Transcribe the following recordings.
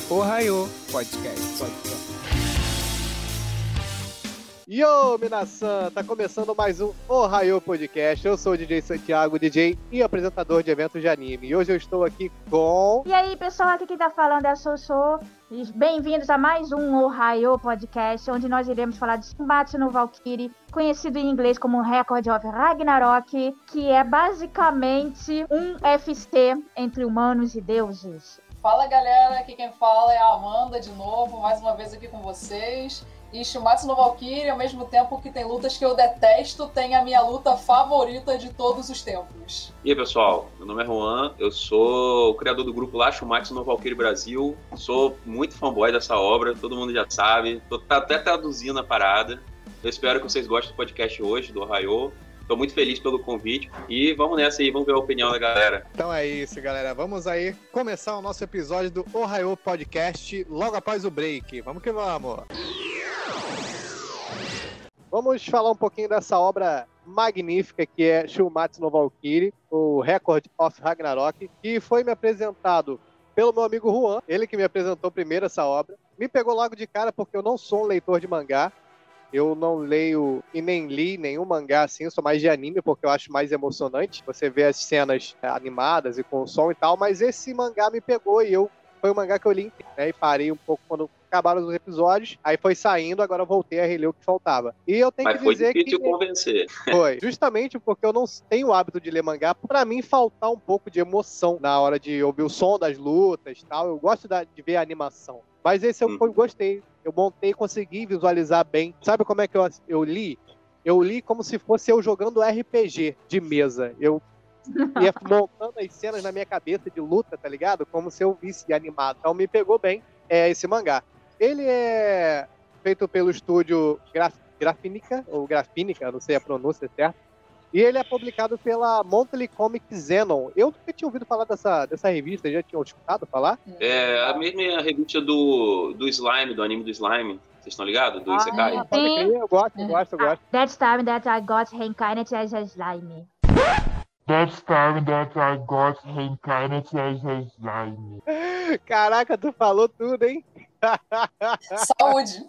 Ohayou Podcast. Yo, Minasan! Tá começando mais um Ohayou Podcast. Eu sou o DJ Santiago, DJ e apresentador de eventos de anime. E hoje eu estou aqui com... E aí, pessoal, aqui quem tá falando é a Sossô. Bem-vindos a mais um Ohayou Podcast, onde nós iremos falar de Shumatsu no Valkyrie, conhecido em inglês como Record of Ragnarok, que é basicamente um FC entre humanos e deuses. Fala, galera, aqui quem fala é a Amanda de novo, mais uma vez aqui com vocês. E Shumatsu no Valkyrie, ao mesmo tempo que tem lutas que eu detesto, tem a minha luta favorita de todos os tempos. E aí, pessoal, meu nome é Juan, eu sou o criador do grupo lá, Shumatsu no Valkyrie Brasil. Sou muito fanboy dessa obra, todo mundo já sabe, tô até traduzindo a parada. Eu espero que vocês gostem do podcast hoje, do Ohayou. Tô muito feliz pelo convite e vamos nessa aí, vamos ver a opinião da galera. Então é isso, galera. Vamos aí começar o nosso episódio do Ohayou Podcast logo após o break. Vamos que vamos! Vamos falar um pouquinho dessa obra magnífica que é Shumatsu no Valkyrie, o Record of Ragnarok, que foi me apresentado pelo meu amigo Juan, ele que me apresentou primeiro essa obra. Me pegou logo de cara porque eu não sou um leitor de mangá, eu não leio e nem li nenhum mangá assim, eu sou mais de anime porque eu acho mais emocionante. Você vê as cenas animadas e com som e tal, mas esse mangá me pegou e foi um mangá que eu li, né, e parei um pouco quando acabaram os episódios, aí foi saindo, agora eu voltei a reler o que faltava. E eu tenho que dizer que... Mas foi difícil convencer. Foi, justamente porque eu não tenho o hábito de ler mangá, pra mim faltar um pouco de emoção na hora de ouvir o som das lutas e tal, eu gosto de ver a animação. Mas esse eu gostei, eu montei e consegui visualizar bem. Sabe como é que eu li? Eu li como se fosse eu jogando RPG de mesa. Eu ia montando as cenas na minha cabeça de luta, tá ligado? Como se eu visse animado. Então me pegou bem esse mangá. Ele é feito pelo estúdio Grafínica, ou Grafínica, não sei a pronúncia certa. E ele é publicado pela Monthly Comic Zenon. Eu nunca tinha ouvido falar dessa revista, já tinham escutado falar? É a mesma revista do Slime, do anime do Slime. Vocês estão ligados? Do Isekai? Pode crer, eu gosto. That's time that I got reincarnated as a slime. That's time that I got reincarnated as a slime. Caraca, tu falou tudo, hein? Saúde!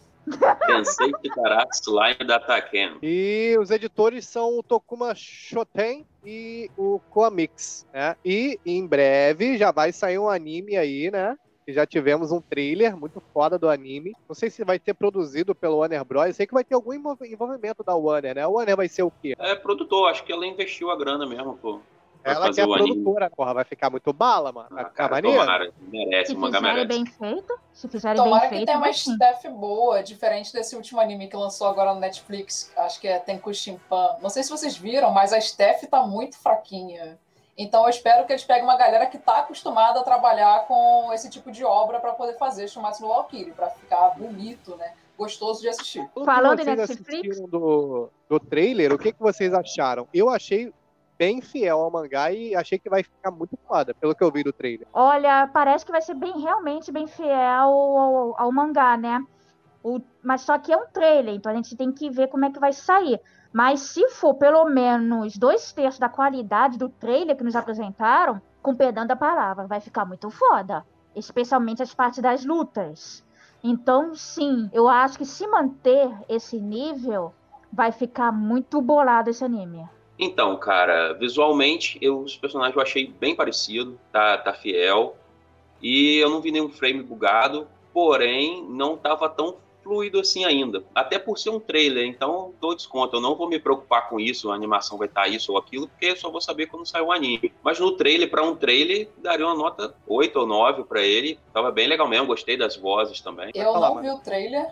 Pensei que Karatsu Slime da Taken. E os editores são o Tokuma Shoten e o Koamix, né? E em breve já vai sair um anime aí, né? Que já tivemos um trailer muito foda do anime. Não sei se vai ser produzido pelo Warner Bros. Sei que vai ter algum envolvimento da Warner, né? A Warner vai ser o quê? É produtor, acho que ela investiu a grana mesmo, pô. Ela que é a produtora, porra, vai ficar muito bala, mano. Vai ficar maneiro. Tomara, merece, Se o mangá fizerem merece. bem feito, se fizerem Tomara bem que feito, tenha uma sim. staff boa, diferente desse último anime que lançou agora no Netflix, acho que é Tenku Shimpan. Não sei se vocês viram, mas a staff tá muito fraquinha. Então eu espero que eles peguem uma galera que tá acostumada a trabalhar com esse tipo de obra para poder fazer Shumatsu no Valkyrie, para ficar bonito, né? Gostoso de assistir. Falando em Vocês Netflix, assistiram do trailer, o que vocês acharam? Eu achei bem fiel ao mangá e achei que vai ficar muito foda, pelo que eu vi do trailer. olha, parece que vai ser realmente bem fiel ao mangá, né? Mas só que é um trailer, então a gente tem que ver como é que vai sair. Mas se for pelo menos 2/3 da qualidade do trailer que nos apresentaram, com perdão da palavra, vai ficar muito foda. Especialmente as partes das lutas. Então, sim, eu acho que se manter esse nível, vai ficar muito bolado esse anime. Então, cara, visualmente, os personagens eu achei bem parecido, tá fiel. E eu não vi nenhum frame bugado, porém, não tava tão fluido assim ainda. Até por ser um trailer, então dou desconto. Eu não vou me preocupar com isso, a animação vai estar isso ou aquilo, porque eu só vou saber quando sair o anime. Mas no trailer, para um trailer, daria uma nota 8 ou 9 para ele. Tava bem legal mesmo, gostei das vozes também. Eu não vi o trailer,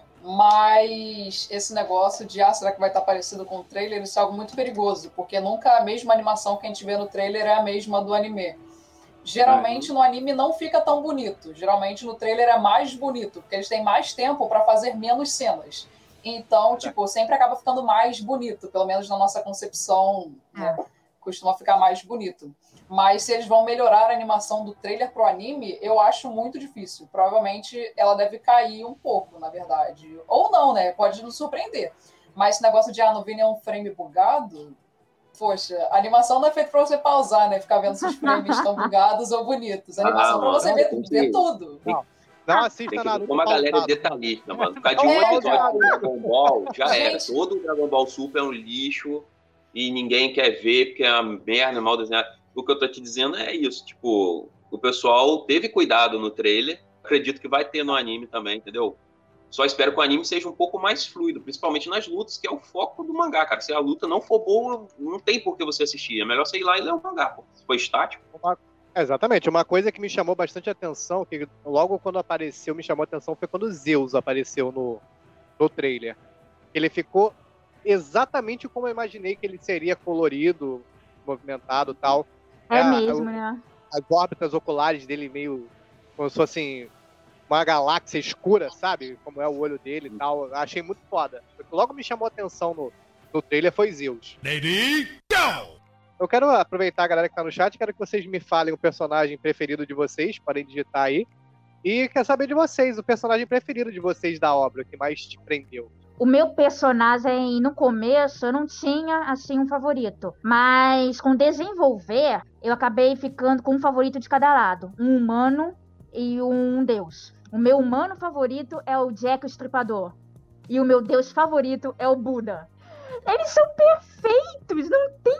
mas esse negócio de será que vai estar parecido com o trailer, isso é algo muito perigoso, porque nunca a mesma animação que a gente vê no trailer é a mesma do anime. Geralmente no anime não fica tão bonito. Geralmente no trailer é mais bonito, porque eles têm mais tempo para fazer menos cenas. Então, sempre acaba ficando mais bonito, pelo menos na nossa concepção, né? Costuma ficar mais bonito. Mas se eles vão melhorar a animação do trailer pro anime, eu acho muito difícil. Provavelmente ela deve cair um pouco, na verdade. Ou não, né? Pode nos surpreender. Mas esse negócio de não vir nenhum frame bugado... Poxa, a animação não é feita pra você pausar, né? Ficar vendo se os frames estão bugados ou bonitos. A animação é pra você ver tudo. Não. Não Tem assista que ver Naruto como a galera é pautado. detalhista, mano. Por causa de um É, episódio cara. do Dragon Ball, já era. Gente. Todo o Dragon Ball Super é um lixo e ninguém quer ver porque é uma merda, mal desenhado. O que eu tô te dizendo é isso, tipo, o pessoal teve cuidado no trailer, acredito que vai ter no anime também, entendeu? Só espero que o anime seja um pouco mais fluido, principalmente nas lutas, que é o foco do mangá, cara. Se a luta não for boa, não tem por que você assistir. É melhor você ir lá e ler o mangá, pô. Se for estático. Exatamente. Uma coisa que me chamou bastante atenção, que logo quando apareceu, me chamou a atenção, foi quando o Zeus apareceu no trailer. Ele ficou exatamente como eu imaginei que ele seria, colorido, movimentado e tal. É mesmo, né? As órbitas oculares dele meio como se fosse uma galáxia escura, sabe? Como é o olho dele e tal. Eu achei muito foda. O que logo me chamou a atenção no trailer foi Zeus. Lady, go! Eu quero aproveitar a galera que tá no chat, quero que vocês me falem o personagem preferido de vocês, podem digitar aí. E quero saber de vocês, o personagem preferido de vocês da obra, que mais te prendeu. O meu personagem, no começo, eu não tinha, assim, um favorito. Mas, com desenvolver, eu acabei ficando com um favorito de cada lado. Um humano e um deus. O meu humano favorito é o Jack o Estripador. E o meu deus favorito é o Buda. Eles são perfeitos! Não tem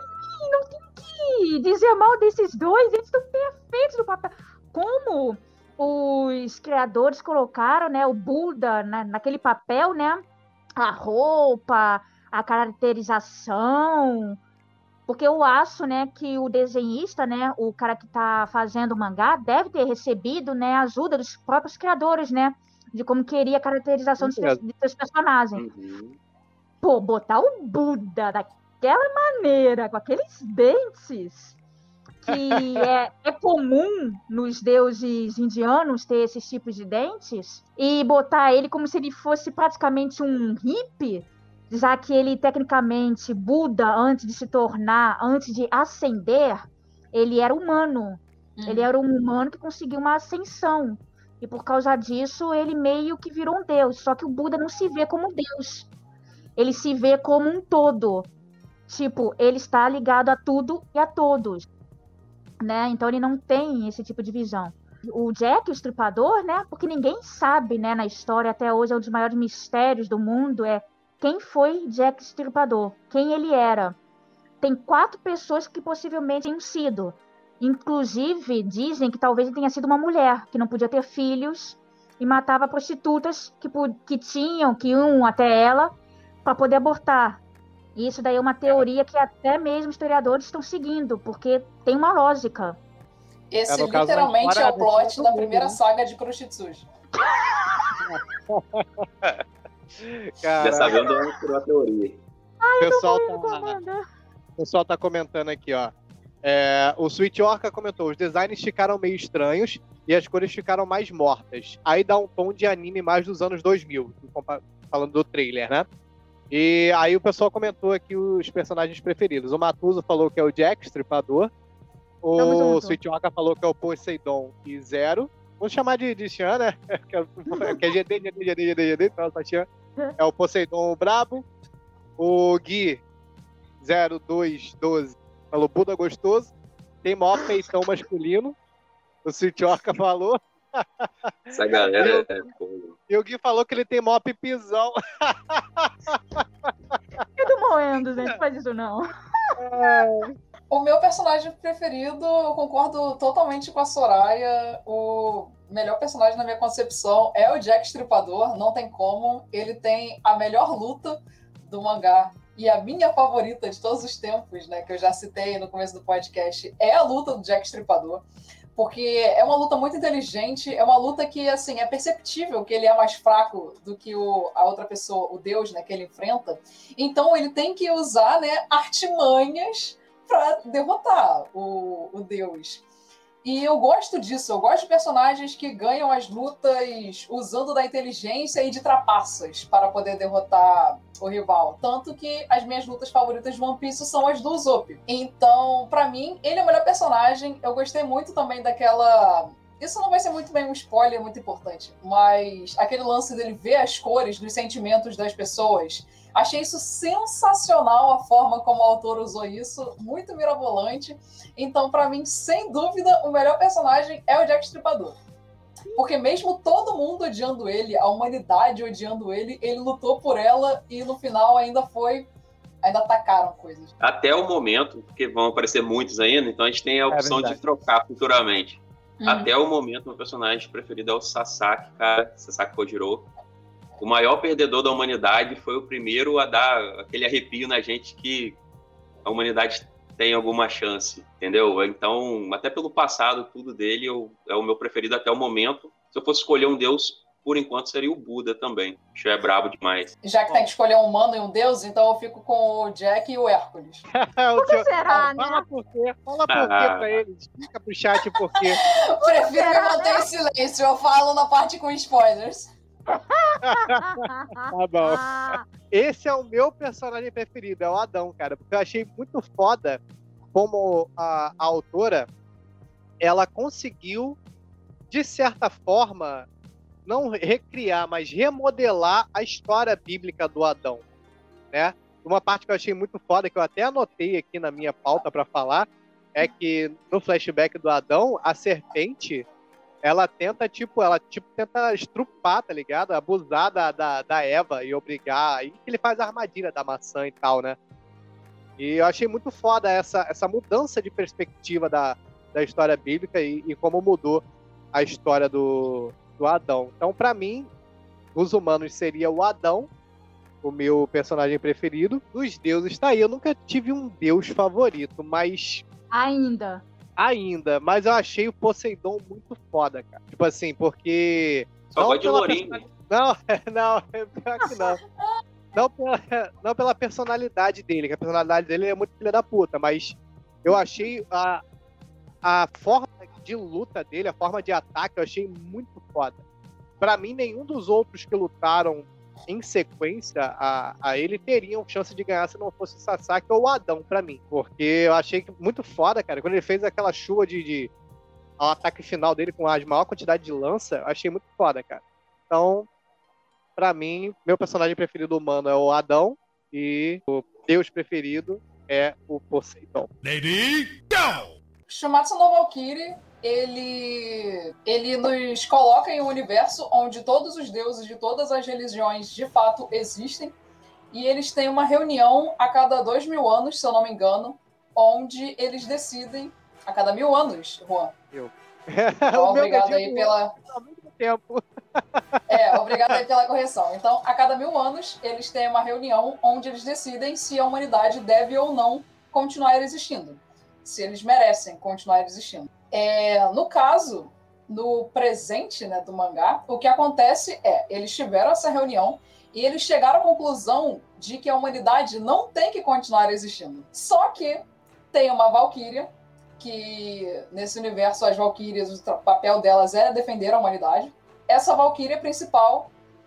que dizer mal desses dois. Eles são perfeitos no papel. Como os criadores colocaram, né, o Buda naquele papel, né? A roupa, a caracterização, porque eu acho, né, que o desenhista, né, o cara que está fazendo o mangá, deve ter recebido, né, ajuda dos próprios criadores, né, de como queria a caracterização de seus personagens. Uhum. Pô, botar o Buda daquela maneira, com aqueles dentes, que é comum nos deuses indianos ter esses tipos de dentes, e botar ele como se ele fosse praticamente um hippie, já que ele, tecnicamente, Buda, antes de ascender, ele era humano. Ele era um humano que conseguiu uma ascensão. E por causa disso, ele meio que virou um deus. Só que o Buda não se vê como deus. Ele se vê como um todo. Tipo, ele está ligado a tudo e a todos. Né? Então ele não tem esse tipo de visão. O Jack, o Estripador, né? Porque ninguém sabe, né, na história, até hoje é um dos maiores mistérios do mundo, é quem foi Jack Estripador, quem ele era. Tem 4 pessoas que possivelmente tenham sido. Inclusive, dizem que talvez ele tenha sido uma mulher, que não podia ter filhos, e matava prostitutas que iam até ela para poder abortar. E isso daí é uma teoria que até mesmo historiadores estão seguindo, porque tem uma lógica. Esse caso, literalmente é o plot da mundo, primeira né? saga de Kuroshitsuji. Já sabendo onde tirou a teoria. O pessoal tá comentando aqui, ó. O Sweet Orca comentou, os designs ficaram meio estranhos e as cores ficaram mais mortas. Aí dá um tom de anime mais dos anos 2000, falando do trailer, né? E aí o pessoal comentou aqui os personagens preferidos. O Matuso falou que é o Jack, Estripador. O Sweet Orca falou que é o Poseidon e Zero. Vamos chamar de Xian, né? Que é GD, então só Xian. É o Poseidon o Brabo. O Gui 0212 falou Buda gostoso. Tem maior peitão masculino. O Sweet Orca falou. Essa galera E o Gui falou que ele tem maior pipizão. Eu tô morrendo, gente, não faz isso não. O meu personagem preferido, eu concordo totalmente com a Soraya. O melhor personagem na minha concepção é o Jack Estripador, não tem como. Ele tem a melhor luta do mangá. E a minha favorita de todos os tempos, né, que eu já citei no começo do podcast, é a luta do Jack Estripador. Porque é uma luta muito inteligente, é uma luta que, assim, é perceptível que ele é mais fraco do que a outra pessoa, o deus, né, que ele enfrenta. Então ele tem que usar, né, artimanhas para derrotar o deus. E eu gosto disso, eu gosto de personagens que ganham as lutas usando da inteligência e de trapaças para poder derrotar o rival. Tanto que as minhas lutas favoritas de One Piece são as do Usopp. Então, pra mim, ele é o melhor personagem. Eu gostei muito também daquela... Isso não vai ser muito bem um spoiler, muito importante. Mas aquele lance dele ver as cores dos sentimentos das pessoas. Achei isso sensacional, a forma como o autor usou isso. Muito mirabolante. Então, pra mim, sem dúvida, o melhor personagem é o Jack Estripador. Porque mesmo todo mundo odiando ele, a humanidade odiando ele lutou por ela e no final ainda atacaram coisas. Até o momento, porque vão aparecer muitos ainda, então a gente tem a opção de trocar futuramente. Até o momento, meu personagem preferido é o Sasaki, cara. Sasaki Kojiro. O maior perdedor da humanidade, foi o primeiro a dar aquele arrepio na gente que a humanidade tem alguma chance, entendeu? Então, até pelo passado, tudo dele é o meu preferido até o momento. Se eu fosse escolher um deus, por enquanto seria o Buda também. Isso é brabo demais. Já que tem que escolher um humano e um deus, então eu fico com o Jack e o Hércules. Por que será, né? Fala por quê pra ele. Explica pro chat por quê. Prefiro me manter em silêncio, eu falo na parte com spoilers. Tá bom. Esse é o meu personagem preferido, é o Adão, cara. Porque eu achei muito foda como a autora, ela conseguiu, de certa forma, não recriar, mas remodelar a história bíblica do Adão, né? Uma parte que eu achei muito foda, que eu até anotei aqui na minha pauta para falar, é que no flashback do Adão, a serpente, ela tenta estrupar, tá ligado? Abusar da Eva e obrigar. Aí que ele faz a armadilha da maçã e tal, né? E eu achei muito foda essa mudança de perspectiva da história bíblica e como mudou a história do Adão. Então, pra mim, os humanos seria o Adão, o meu personagem preferido. Dos deuses, tá aí. Eu nunca tive um deus favorito, mas... Mas eu achei o Poseidon muito foda, cara. Tipo assim, porque... Só gosta de lourinho. Não, pior que não. Não pela personalidade dele, que a personalidade dele é muito filha da puta, mas eu achei a forma de luta dele, a forma de ataque, eu achei muito foda. Pra mim, nenhum dos outros que lutaram em sequência a ele teriam chance de ganhar se não fosse o Sasaki ou o Adão, pra mim. Porque eu achei muito foda, cara. Quando ele fez aquela chuva ao ataque final dele com a maior quantidade de lança, eu achei muito foda, cara. Então, pra mim, meu personagem preferido humano é o Adão e o deus preferido é o Poseidon. Lady, go! Shumatsu no Valkyrie, ele nos coloca em um universo onde todos os deuses de todas as religiões de fato existem, e eles têm uma reunião a cada 2000 anos, se eu não me engano, onde eles decidem... A cada 1000 anos, Juan. Obrigado aí pela... Tempo. Obrigado aí pela correção. Então, a cada 1000 anos, eles têm uma reunião onde eles decidem se a humanidade deve ou não continuar existindo. Se eles merecem continuar existindo. No caso, no presente, né, do mangá, o que acontece eles tiveram essa reunião e eles chegaram à conclusão de que a humanidade não tem que continuar existindo. Só que tem uma Valkyria, que nesse universo as Valkyrias, o papel delas é defender a humanidade. Essa Valkyria principal,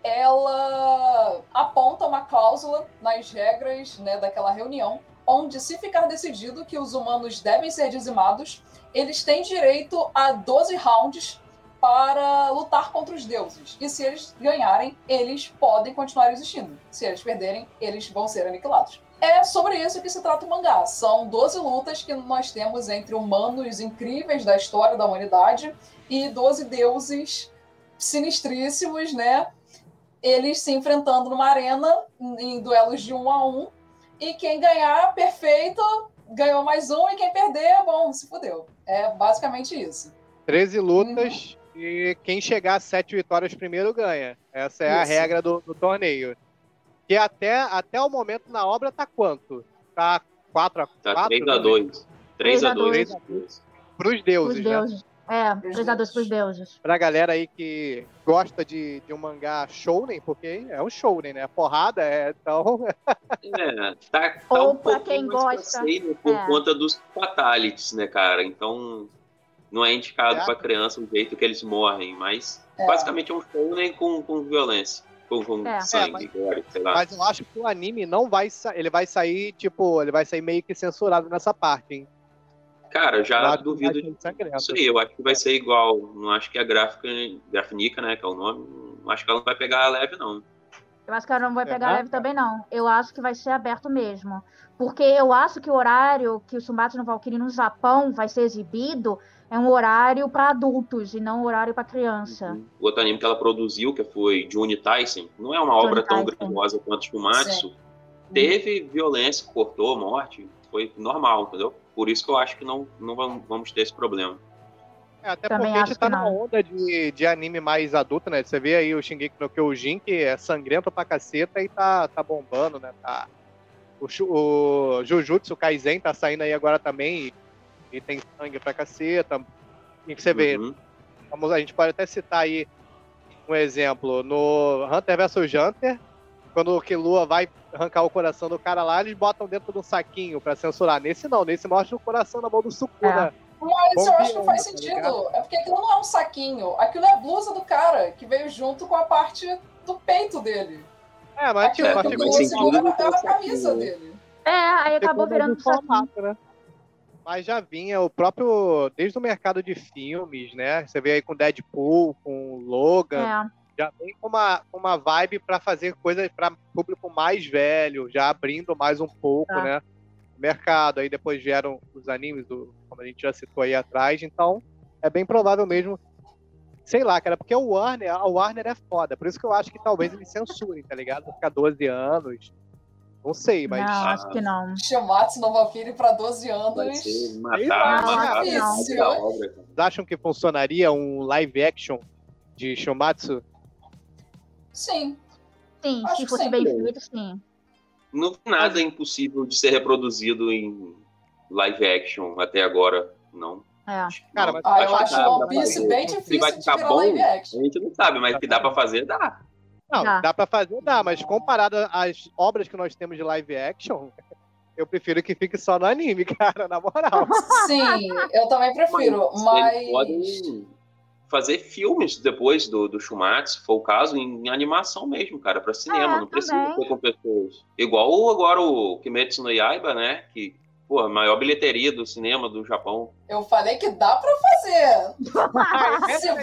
ela aponta uma cláusula nas regras, né, daquela reunião, onde, se ficar decidido que os humanos devem ser dizimados, eles têm direito a 12 rounds para lutar contra os deuses. E se eles ganharem, eles podem continuar existindo. Se eles perderem, eles vão ser aniquilados. É sobre isso que se trata o mangá. São 12 lutas que nós temos entre humanos incríveis da história da humanidade e 12 deuses sinistríssimos, né? Eles se enfrentando numa arena, em duelos de 1 a 1. E quem ganhar, perfeito, ganhou mais um. E quem perder, bom, se fudeu. É basicamente isso. 13 lutas e quem chegar a 7 vitórias primeiro ganha. Essa é a regra do torneio. E até o momento na obra tá quanto? Tá 4-4? Tá 3-2. 3-2. Pros deuses, né? 3-2 pros deuses. Pra galera aí que gosta de um mangá shounen, porque é um shounen, né? Porrada então... tá ou um pra quem gosta. Por conta dos fatalities, né, cara? Então, não é indicado pra criança o jeito que eles morrem, mas basicamente é um shounen com violência. Com sangue, glória, sei lá. Mas eu acho que o anime não vai sair. Ele vai sair, ele vai sair meio que censurado nessa parte, hein? Cara, já duvido disso aí. Eu acho que vai ser igual. Não acho que a Grafnica, né, que é o nome, não acho que ela não vai pegar leve, não. Eu acho que ela não vai pegar leve também, não. Eu acho que vai ser aberto mesmo. Porque eu acho que o horário que o Shumatsu no Valkyrie no Japão vai ser exibido é um horário para adultos e não um horário para criança. O outro anime que ela produziu, que foi Juni Taisen, não é uma obra tão grandiosa quanto Shumatsu. Teve violência, cortou, morte, foi normal, entendeu? Por isso que eu acho que não vamos ter esse problema. Até também porque a gente tá na onda de anime mais adulto, né? Você vê aí o Shingeki no Kyojin, que é sangrento pra caceta e tá bombando, né? O Jujutsu Kaisen tá saindo aí agora também e tem sangue pra caceta. E que você vê, a gente pode até citar aí um exemplo. No Hunter vs Hunter, quando o Killua vai arrancar o coração do cara lá, eles botam dentro de um saquinho pra censurar. Nesse não, nesse mostra o coração na mão do Sukuna. Mas eu acho que não faz sentido. É porque aquilo não é um saquinho. Aquilo é a blusa do cara, que veio junto com a parte do peito dele. Mas tipo, é a camisa dele. Aí acabou virando um saquinho. Né? Mas já vinha o próprio... Desde o mercado de filmes, né? Você vê aí com Deadpool, com Logan. Já vem com uma vibe pra fazer coisas pra público mais velho, já abrindo mais um pouco, né? Mercado, aí depois vieram os animes, como a gente já citou aí atrás, então é bem provável mesmo, sei lá, cara, porque a Warner é foda, por isso que eu acho que talvez eles censurem, tá ligado? Vai ficar 12 anos, não sei, mas... Não, acho que não. Shumatsu no Valkyrie pra 12 anos... Vai ser matar a obra. Vocês acham que funcionaria um live action de Shumatsu? Sim. Sim, se fosse bem feito, sim. Não vi nada impossível de ser reproduzido em live action até agora, não. Cara, mas eu acho o One Piece bem difícil vai ficar de virar bom, live action. a gente não sabe, mas que dá pra fazer, dá. Não, dá pra fazer, dá, mas comparado às obras que nós temos de live action, eu prefiro que fique só no anime, cara, na moral. Sim, eu também prefiro, mas... Eles podem fazer filmes depois do Shumatsu, se for o caso, em animação mesmo, cara, pra cinema, não precisa ser com pessoas. Igual agora o Kimetsu no Yaiba, né, que, pô, a maior bilheteria do cinema do Japão. Eu falei que dá pra fazer.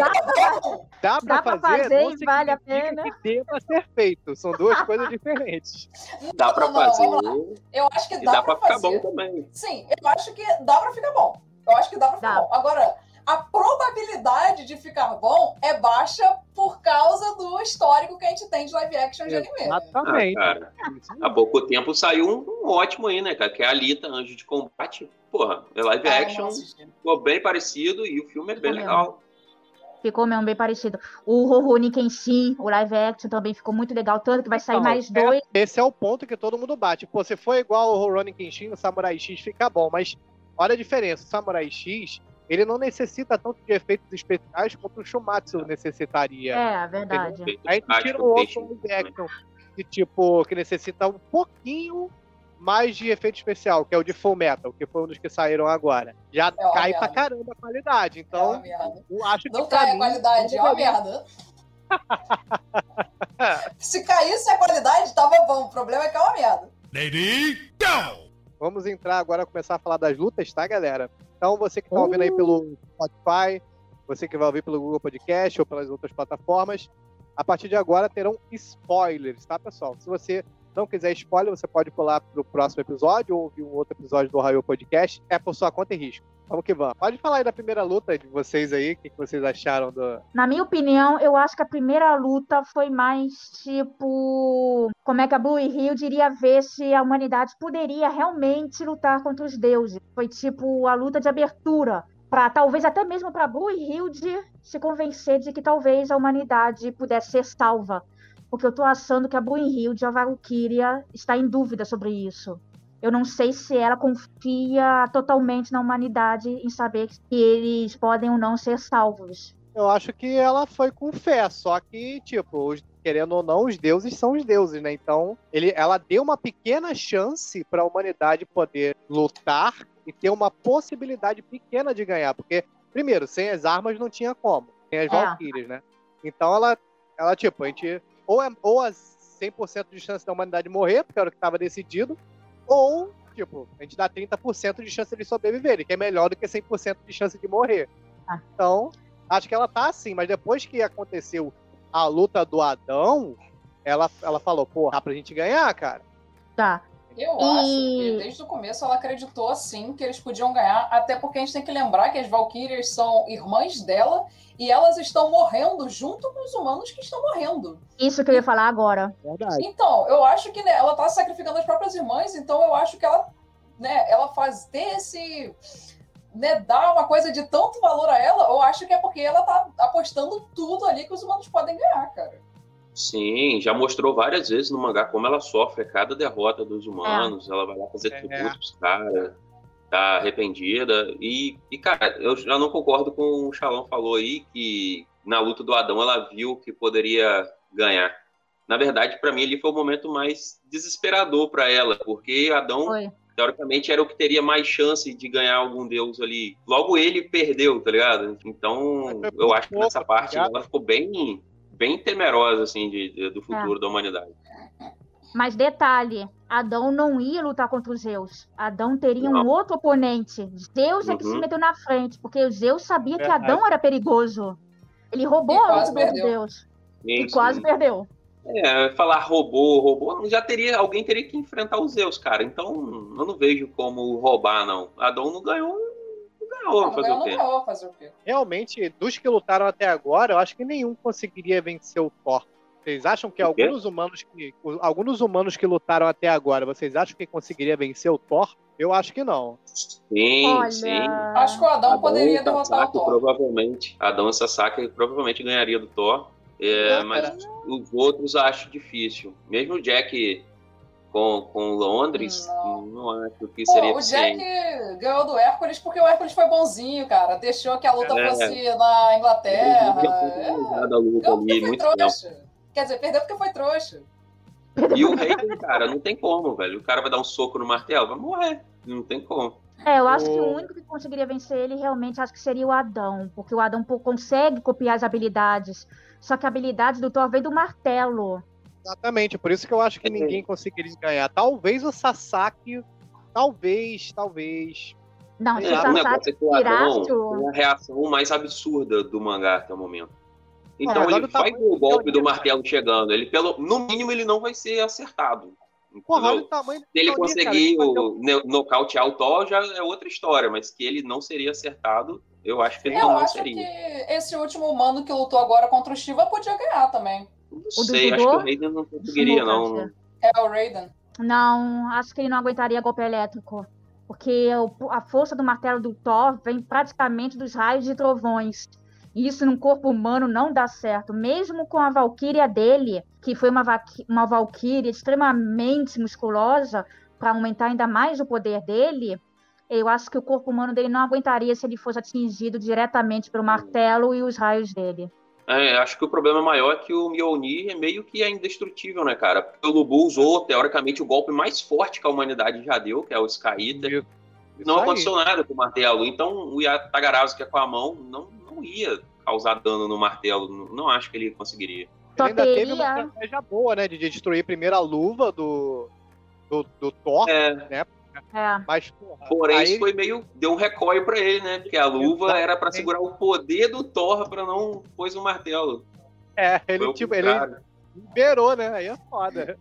Dá pra fazer e vale a pena. Que deva ser feito, são duas coisas diferentes. Dá pra fazer. Eu acho que dá pra ficar fazer. bom também. Sim, eu acho que dá pra ficar bom. Agora, a probabilidade de ficar bom é baixa por causa do histórico que a gente tem de live action de anime. Exatamente. Cara, há pouco tempo saiu um ótimo aí, né, cara? Que é a Alita, Anjo de Combate. Porra, é live action, ficou bem parecido e o filme é bem legal. Ficou mesmo bem parecido. O Rurouni Kenshin, o live action também ficou muito legal, tanto que vai sair mais 2. Esse é o ponto que todo mundo bate. Pô, se for igual o Rurouni Kenshin, no Samurai X fica bom, mas olha a diferença. O Samurai X, ele não necessita tanto de efeitos especiais quanto o Shumatsu necessitaria. É, verdade. Aí tu tira o outro live action que necessita um pouquinho mais de efeito especial, que é o de Full Metal, que foi um dos que saíram agora. Já cai pra caramba a qualidade. Então, eu acho que não cai a qualidade, é uma merda. Se caísse a qualidade, tava bom. O problema é que é uma merda. Lady, go! Vamos entrar agora, começar a falar das lutas, tá, galera? Então, você que tá ouvindo aí pelo Spotify, você que vai ouvir pelo Google Podcast ou pelas outras plataformas, a partir de agora terão spoilers, tá, pessoal? Se você não quiser spoiler, você pode pular pro próximo episódio ou ouvir um outro episódio do Ohio Podcast. É por sua conta e risco. Vamos que vamos. Pode falar aí da primeira luta de vocês aí, o que vocês acharam do... Na minha opinião, eu acho que a primeira luta foi mais tipo... Como é que a Blue Hill iria ver se a humanidade poderia realmente lutar contra os deuses. Foi tipo a luta de abertura. Talvez até mesmo para Blue Hilde se convencer de que talvez a humanidade pudesse ser salva. Porque eu tô achando que a Brunhilde, a Valkyria, está em dúvida sobre isso. Eu não sei se ela confia totalmente na humanidade em saber que eles podem ou não ser salvos. Eu acho que ela foi com fé, só que, tipo, querendo ou não, os deuses são os deuses, né? Então, ela deu uma pequena chance para a humanidade poder lutar e ter uma possibilidade pequena de ganhar. Porque, primeiro, sem as armas não tinha como. Sem as Valkyrias, né? Então, ela tipo, a gente... Ou a 100% de chance da humanidade morrer, porque era o que estava decidido, ou, tipo, a gente dá 30% de chance de sobreviver, que é melhor do que 100% de chance de morrer. Então, acho que ela tá assim, mas depois que aconteceu a luta do Adão, ela falou, pô, dá pra gente ganhar, cara. Tá. Eu acho que desde o começo ela acreditou sim que eles podiam ganhar, até porque a gente tem que lembrar que as Valkyrias são irmãs dela e elas estão morrendo junto com os humanos que estão morrendo. Isso que eu ia falar agora. Verdade. Então, eu acho que, né, ela tá sacrificando as próprias irmãs, então eu acho que ela, né, ela faz ter esse, né, dar uma coisa de tanto valor a ela, eu acho que é porque ela tá apostando tudo ali que os humanos podem ganhar, cara. Sim, já mostrou várias vezes no mangá como ela sofre a cada derrota dos humanos. Ela vai lá fazer tributo pros caras, tá arrependida. E, cara, eu já não concordo com o Shalom falou aí, que na luta do Adão ela viu que poderia ganhar. Na verdade, pra mim, ali foi o momento mais desesperador pra ela, porque Adão, teoricamente, era o que teria mais chance de ganhar algum deus ali. Logo ele perdeu, tá ligado? Então, eu acho que nessa parte ela ficou bem temerosa, assim, do futuro da humanidade. Mas detalhe, Adão não ia lutar contra os Zeus. Adão teria um outro oponente. Zeus é que se meteu na frente, porque o Zeus sabia que Adão era perigoso. Ele roubou a luta do Deus. E quase perdeu. Falar roubou, alguém teria que enfrentar os Zeus, cara. Então, eu não vejo como roubar, não. Adão não ganhou. Fazer o quê? Realmente, dos que lutaram até agora, eu acho que nenhum conseguiria vencer o Thor. Vocês acham que alguns humanos que lutaram até agora, vocês acham que conseguiria vencer o Thor? Eu acho que não. Sim. Acho que o Adão poderia derrotar o Thor. Adão e Sasaki provavelmente ganharia do Thor. Mas os outros acho difícil. Mesmo o Jack com Londres, não acho que seria o Jack ganhou do Hércules porque o Hércules foi bonzinho, cara. Deixou que a luta fosse na Inglaterra. Foi trouxa. Quer dizer, perdeu porque foi trouxa. E o Raiden, cara, não tem como, velho. O cara vai dar um soco no martelo, vai morrer. Não tem como. Eu acho que o único que conseguiria vencer ele realmente acho que seria o Adão, porque o Adão consegue copiar as habilidades. Só que a habilidade do Thor vem do martelo. Exatamente, por isso que eu acho que ninguém conseguiria ganhar. Talvez o Sasaki, talvez. Não, se o Sasaki tirasse uma reação mais absurda do mangá até o momento. Então ele vai ver o golpe do martelo chegando. Ele, no mínimo, ele não vai ser acertado. Porra, o tamanho se ele conseguir nocautear o Thor, já é outra história, mas que ele não seria acertado, eu acho que ele não seria. Eu acho que esse último humano que lutou agora contra o Shiva podia ganhar também. Não sei, acho que o Raiden não conseguiria, não. É o Raiden? Não, acho que ele não aguentaria golpe elétrico. Porque a força do martelo do Thor vem praticamente dos raios e trovões. E isso num corpo humano não dá certo. Mesmo com a Valkyria dele, que foi uma Valkyria extremamente musculosa, para aumentar ainda mais o poder dele, eu acho que o corpo humano dele não aguentaria se ele fosse atingido diretamente pelo martelo e os raios dele. Acho que o problema maior é que o Mjolnir é meio que indestrutível, né, cara? Porque o Lubu usou, teoricamente, o golpe mais forte que a humanidade já deu, que é o Sky Eater. Não aconteceu nada com o martelo. Então, o Yatagarasu, que é com a mão, não ia causar dano no martelo. Não acho que ele conseguiria. Ele ainda teve uma estratégia boa, né? De destruir primeiro a luva do Thor, né? Mas, porra, porém, isso foi deu um recoil pra ele, né? Porque a luva era pra segurar o poder do Thor pra não pôs o martelo. Ele liberou, né? Aí é foda.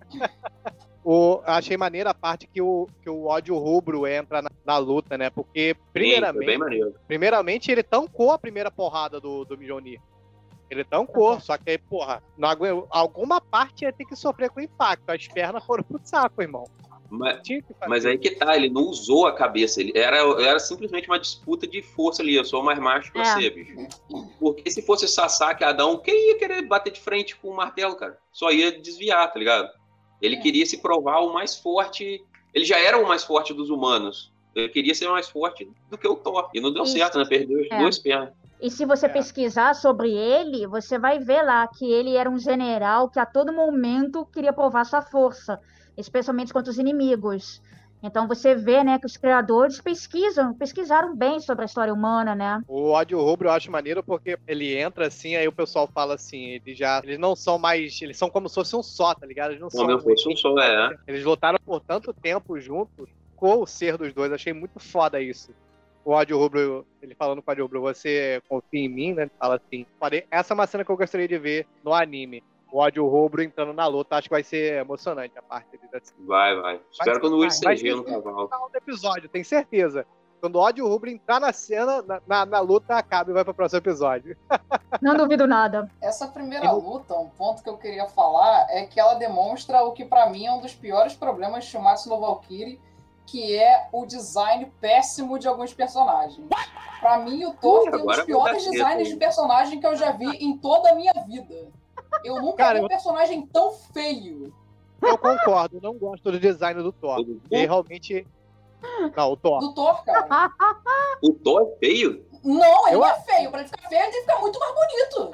Achei maneira a parte que o ódio rubro entra na luta, né? Porque, primeiramente, ele tancou a primeira porrada do Mjolnir. Ele tancou, só que aí, porra, alguma parte ia ter que sofrer com impacto. As pernas foram pro saco, irmão. Mas aí que tá, ele não usou a cabeça, ele era simplesmente uma disputa de força ali, eu sou mais macho que você, bicho. Porque se fosse Sasaki, Adão, quem ia querer bater de frente com o martelo, cara? Só ia desviar, tá ligado? Ele queria se provar o mais forte, ele já era o mais forte dos humanos, ele queria ser mais forte do que o Thor, e não deu certo, né? Perdeu as duas pernas. E se você pesquisar sobre ele, você vai ver lá que ele era um general que a todo momento queria provar sua força, especialmente contra os inimigos. Então você vê, né, que os criadores pesquisaram bem sobre a história humana, né? O ódio rubro eu acho maneiro porque ele entra assim, aí o pessoal fala assim, eles não são mais, eles são como se fosse um só, tá ligado? Eles não são como se fosse um só, Eles lutaram por tanto tempo juntos com o ser dos dois, achei muito foda isso. O ódio rubro, ele falando com o ódio rubro, você confia em mim, né? Ele fala assim, essa é uma cena que eu gostaria de ver no anime. o ódio rubro entrando na luta. Acho que vai ser emocionante a parte dele. Assim. Vai. Espero que eu não use CG no cavalo. No final do episódio, tenho certeza. Quando o ódio rubro entrar na cena, na luta, acaba e vai para o próximo episódio. Não duvido nada. Essa primeira luta, um ponto que eu queria falar é que ela demonstra o que pra mim é um dos piores problemas de Shumatsu no Valkyrie, que é o design péssimo de alguns personagens. Pra mim, o Thor tem um dos piores designs de personagem que eu já vi em toda a minha vida. Eu nunca vi um personagem tão feio. Eu concordo, eu não gosto do design do Thor. Ele realmente... Não, o Thor. Do Thor, cara. O Thor é feio? Não, ele não é feio. Pra ele ficar feio, ele tem que ficar muito mais bonito.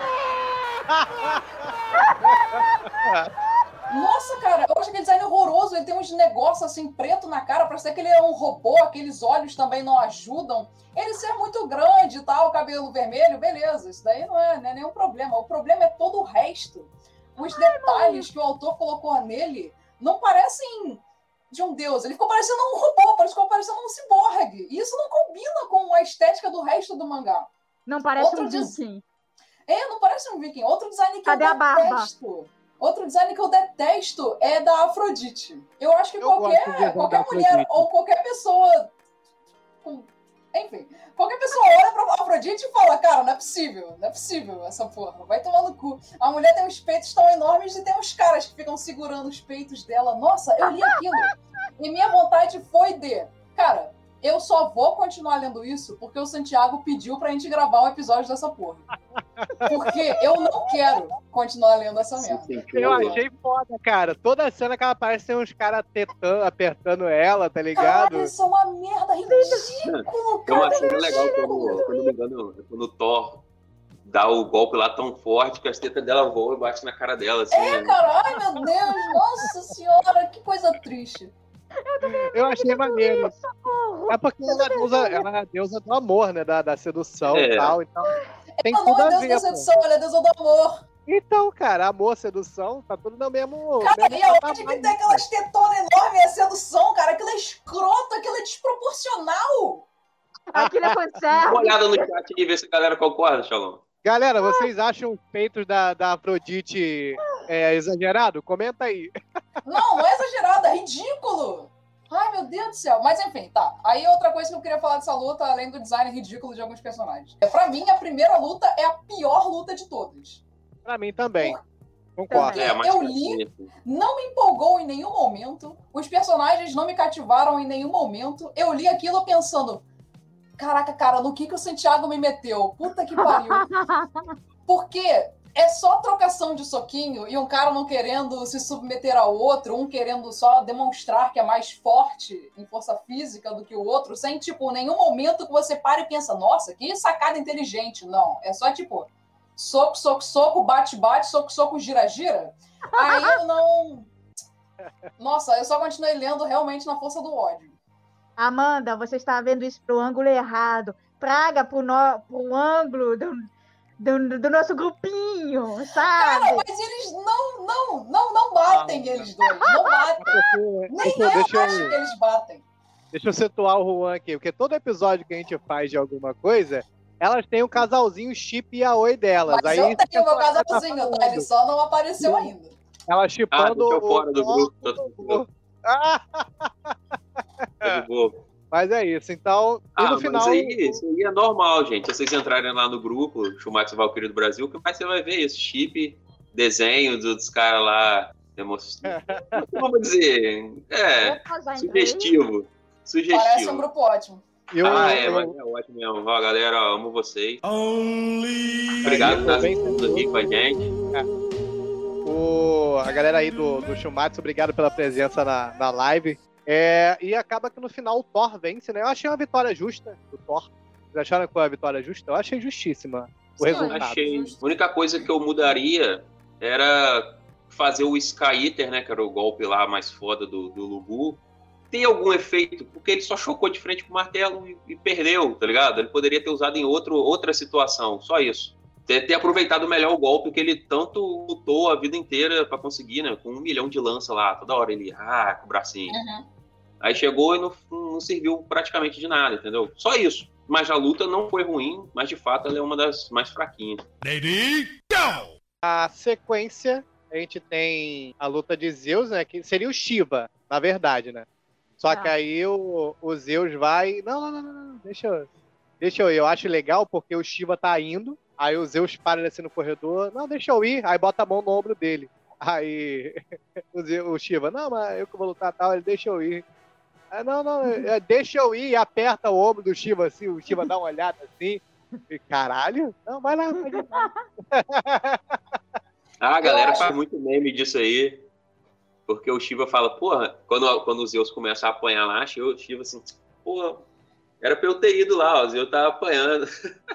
Nossa, cara, eu acho aquele design horroroso. Ele tem uns negócios assim, preto na cara. Parece que ele é um robô. Aqueles olhos também não ajudam. Ele ser muito grande e tal, cabelo vermelho, beleza. Isso daí não é nenhum problema. O problema é todo o resto. Os detalhes que o autor colocou nele não parecem de um deus. Ele ficou parecendo um robô, ficou parecendo um ciborgue. E isso não combina com a estética do resto do mangá. Não parece um viking. Não parece um viking. Outro design que Cadê eu a barba? detesto. Outro design que eu detesto é da Afrodite. Eu acho que qualquer mulher ou qualquer pessoa... Enfim, qualquer pessoa olha pra Afrodite e fala, cara, não é possível essa porra, vai tomar no cu. A mulher tem uns peitos tão enormes e tem uns caras que ficam segurando os peitos dela. Nossa, eu li aquilo e minha vontade foi cara, eu só vou continuar lendo isso porque o Santiago pediu pra gente gravar um episódio dessa porra. Porque eu não quero continuar lendo essa merda. Eu achei foda, cara. Toda cena que ela aparece tem uns caras apertando ela, tá ligado? Cara, isso é uma merda ridículo, cara. Eu achei legal quando me engano, quando o Thor dá o golpe lá tão forte que as tetas dela voam e bate na cara dela. Assim, cara, ai meu Deus, nossa senhora, que coisa triste. Eu achei maneiro. É porque ela é a deusa do amor, né? Da sedução e tal. Então, tem ela tudo não é a deusa ver. da sedução, ela é deusa do amor. Então, cara, amor, sedução, tá tudo no mesmo. Cara, mesmo e aonde que tem aquelas tetonas enormes e a sedução, cara? Aquilo é escroto, aquilo é desproporcional. Aquilo é Dá conserva. uma olhada no chat e ver se a galera concorda, Shalom. Galera, vocês acham os peitos da Afrodite exagerado? Comenta aí. Não é exagerado, é ridículo. Ai, meu Deus do céu. Mas enfim, tá. Aí outra coisa que eu queria falar dessa luta, além do design ridículo de alguns personagens. Pra mim, a primeira luta é a pior luta de todas. Pra mim também. Concordo. Porque eu li, não me empolgou em nenhum momento, os personagens não me cativaram em nenhum momento. Eu li aquilo pensando, caraca, cara, no que o Santiago me meteu? Puta que pariu. Porque é só trocação de soquinho e um cara não querendo se submeter ao outro, um querendo só demonstrar que é mais forte em força física do que o outro, sem, tipo, nenhum momento que você para e pensa, nossa, que sacada inteligente. Não, é só, tipo, soco, soco, soco, bate, bate, soco, soco, gira, gira. Aí eu não... Nossa, eu só continuei lendo realmente na força do ódio. Amanda, você está vendo isso pro ângulo errado. Traga pro ângulo do nosso grupinho, sabe? Cara, mas eles não batem, eles dois. Não batem. Nem eu acho que eles batem. Deixa eu situar o Juan aqui, porque todo episódio que a gente faz de alguma coisa, elas têm um casalzinho chip e a oi delas. Mas aí eu tenho meu casalzinho, tá? Ele só não apareceu ainda. Ela chipando fora do grupo. Mas é isso, então. E no final. Mas isso aí é normal, gente. Se vocês entrarem lá no grupo Shumatsu Valkyrie do Brasil, o que mais você vai ver? Esse chip, desenho dos caras lá. Vamos dizer. Sugestivo. Parece um grupo ótimo. Mas é ótimo mesmo. Ó, galera, amo vocês. Obrigado por estar assistindo aqui com a gente. A galera aí do Shumatsu, obrigado pela presença na live. E acaba que no final o Thor vence, né? Eu achei uma vitória justa do Thor. Vocês acharam que foi uma vitória justa? Eu achei justíssima o resultado. Achei. A única coisa que eu mudaria era fazer o Sky Eater, né? Que era o golpe lá mais foda do Lubu. Tem algum efeito, porque ele só chocou de frente com o martelo e perdeu, tá ligado? Ele poderia ter usado em outra situação, só isso. Ter aproveitado melhor o golpe que ele tanto lutou a vida inteira pra conseguir, né? Com 1 milhão de lança lá, toda hora ele, com o bracinho. Uhum. Aí chegou e não serviu praticamente de nada, entendeu? Só isso. Mas a luta não foi ruim, mas de fato ela é uma das mais fraquinhas. Ready, go! A sequência a gente tem a luta de Zeus, né? Que seria o Shiva, na verdade, né? Só que aí o Zeus vai... Não, deixa eu ir. Eu acho legal porque o Shiva tá indo, aí o Zeus para assim no corredor. Não, deixa eu ir. Aí bota a mão no ombro dele. Aí o Shiva, não, mas eu que vou lutar tal, ele deixa eu ir. Não, deixa eu ir e aperta o ombro do Shiva assim, o Shiva dá uma olhada assim. E, caralho, não, vai lá, pode ir. A galera faz muito meme disso aí. Porque o Shiva fala, porra, quando o Zeus começa a apanhar lá, o Shiva assim, porra, era pra eu ter ido lá, o Zeus tava apanhando.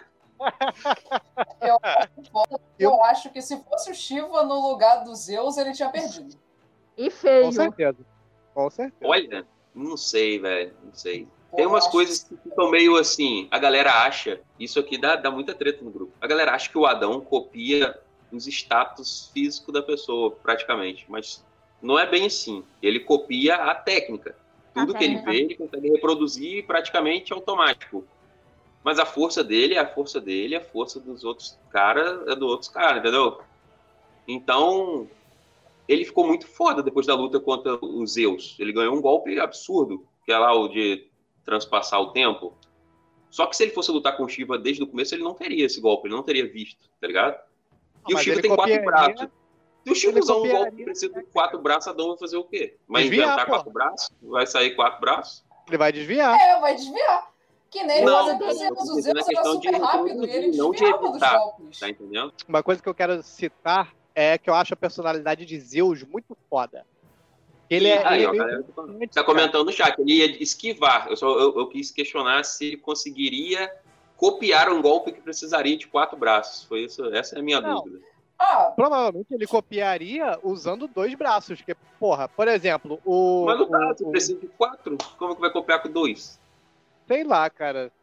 Eu acho que se fosse o Shiva no lugar do Zeus, ele tinha perdido. E feio. Com certeza. Olha, não sei, velho, não sei. Tem umas coisas que ficam meio assim, a galera acha, isso aqui dá muita treta no grupo, a galera acha que o Adão copia os status físicos da pessoa, praticamente, mas não é bem assim. Ele copia a técnica. Tudo que ele vê, ele consegue reproduzir praticamente automático. Mas a força dele é a força dele, a força dos outros caras é do outros caras, entendeu? Então, ele ficou muito foda depois da luta contra o Zeus. Ele ganhou um golpe absurdo, que é lá o de transpassar o tempo. Só que se ele fosse lutar com o Shiva desde o começo, ele não teria esse golpe, ele não teria visto, tá ligado? E o Shiva tem 4 braços. Se o Chico usar um golpe que precisa de 4 braços, Adão vai fazer o quê? Vai inventar 4 braços? Vai sair 4 braços? Ele vai desviar. Vai desviar. Que nem o Zeus. O Zeus era super rápido e ele desviava dos golpes. Tá entendendo? Uma coisa que eu quero citar é que eu acho a personalidade de Zeus muito foda. Ele tá comentando no chat, ele ia esquivar. Eu quis questionar se ele conseguiria copiar um golpe que precisaria de 4 braços. Foi isso, essa é a minha dúvida. Provavelmente ele copiaria usando 2 braços. Porque, porra, por exemplo, Mas no caso, precisa de 4. Como que vai copiar com 2? Sei lá, cara.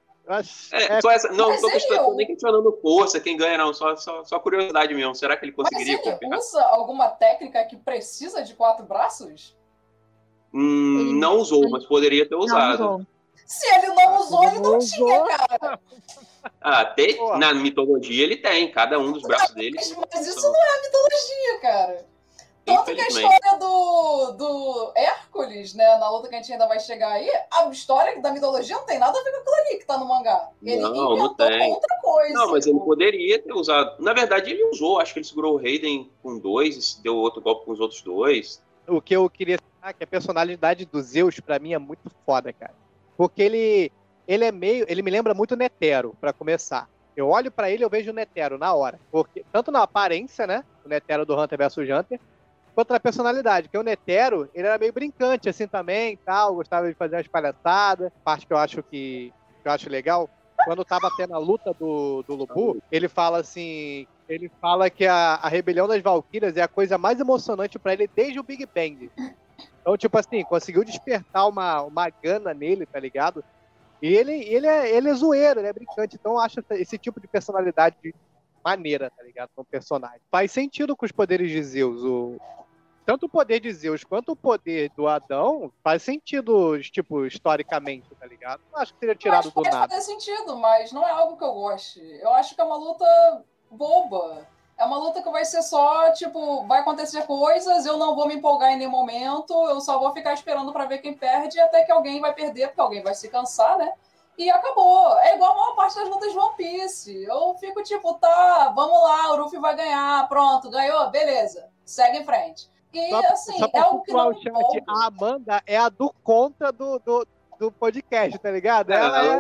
Não tô nem questionando força, quem ganha não, só curiosidade mesmo. Será que ele conseguiria copiar? Mas ele usa alguma técnica que precisa de 4 braços? Não usou, mas poderia ter usado. Se ele não usou, ele não tinha, cara. Na mitologia ele tem, cada um dos braços dele. Mas isso não é a mitologia, cara. Tanto que a história do Hércules, né, na luta que a gente ainda vai chegar aí, a história da mitologia não tem nada a ver com aquilo ali que tá no mangá. Ele não tem. Outra coisa. Não, mas ele poderia ter usado. Na verdade, ele usou. Acho que ele segurou o Raiden com 2, deu outro golpe com os outros 2. O que eu queria citar é que a personalidade do Zeus, pra mim, é muito foda, cara. Porque ele me lembra muito o Netero, pra começar. Eu olho pra ele e eu vejo o Netero na hora. Porque, tanto na aparência, né, o Netero do Hunter vs Hunter, quanto na personalidade. Porque o Netero, ele era meio brincante, assim, também, tal, gostava de fazer umas palhaçadas. Parte que eu acho legal, quando tava tendo a luta do Lubu, ele fala assim... Ele fala que a rebelião das Valquírias é a coisa mais emocionante pra ele desde o Big Bang. Então, tipo assim, conseguiu despertar uma gana nele, tá ligado? E ele é zoeiro, ele é brincante. Então eu acho esse tipo de personalidade maneira, tá ligado? Um personagem. Faz sentido com os poderes de Zeus. Tanto o poder de Zeus quanto o poder do Adão faz sentido, tipo, historicamente, tá ligado? Não acho que seria tirado do nada. Faz sentido, mas não é algo que eu goste. Eu acho que é uma luta boba. É uma luta que vai ser só, tipo, vai acontecer coisas, eu não vou me empolgar em nenhum momento, eu só vou ficar esperando pra ver quem perde, até que alguém vai perder, porque alguém vai se cansar, né? E acabou. É igual a maior parte das lutas de One Piece. Eu fico tipo, tá, vamos lá, o Luffy vai ganhar, pronto, ganhou, beleza. Segue em frente. E, assim, é algo que não me empolga. A Amanda é a do contra do podcast, tá ligado?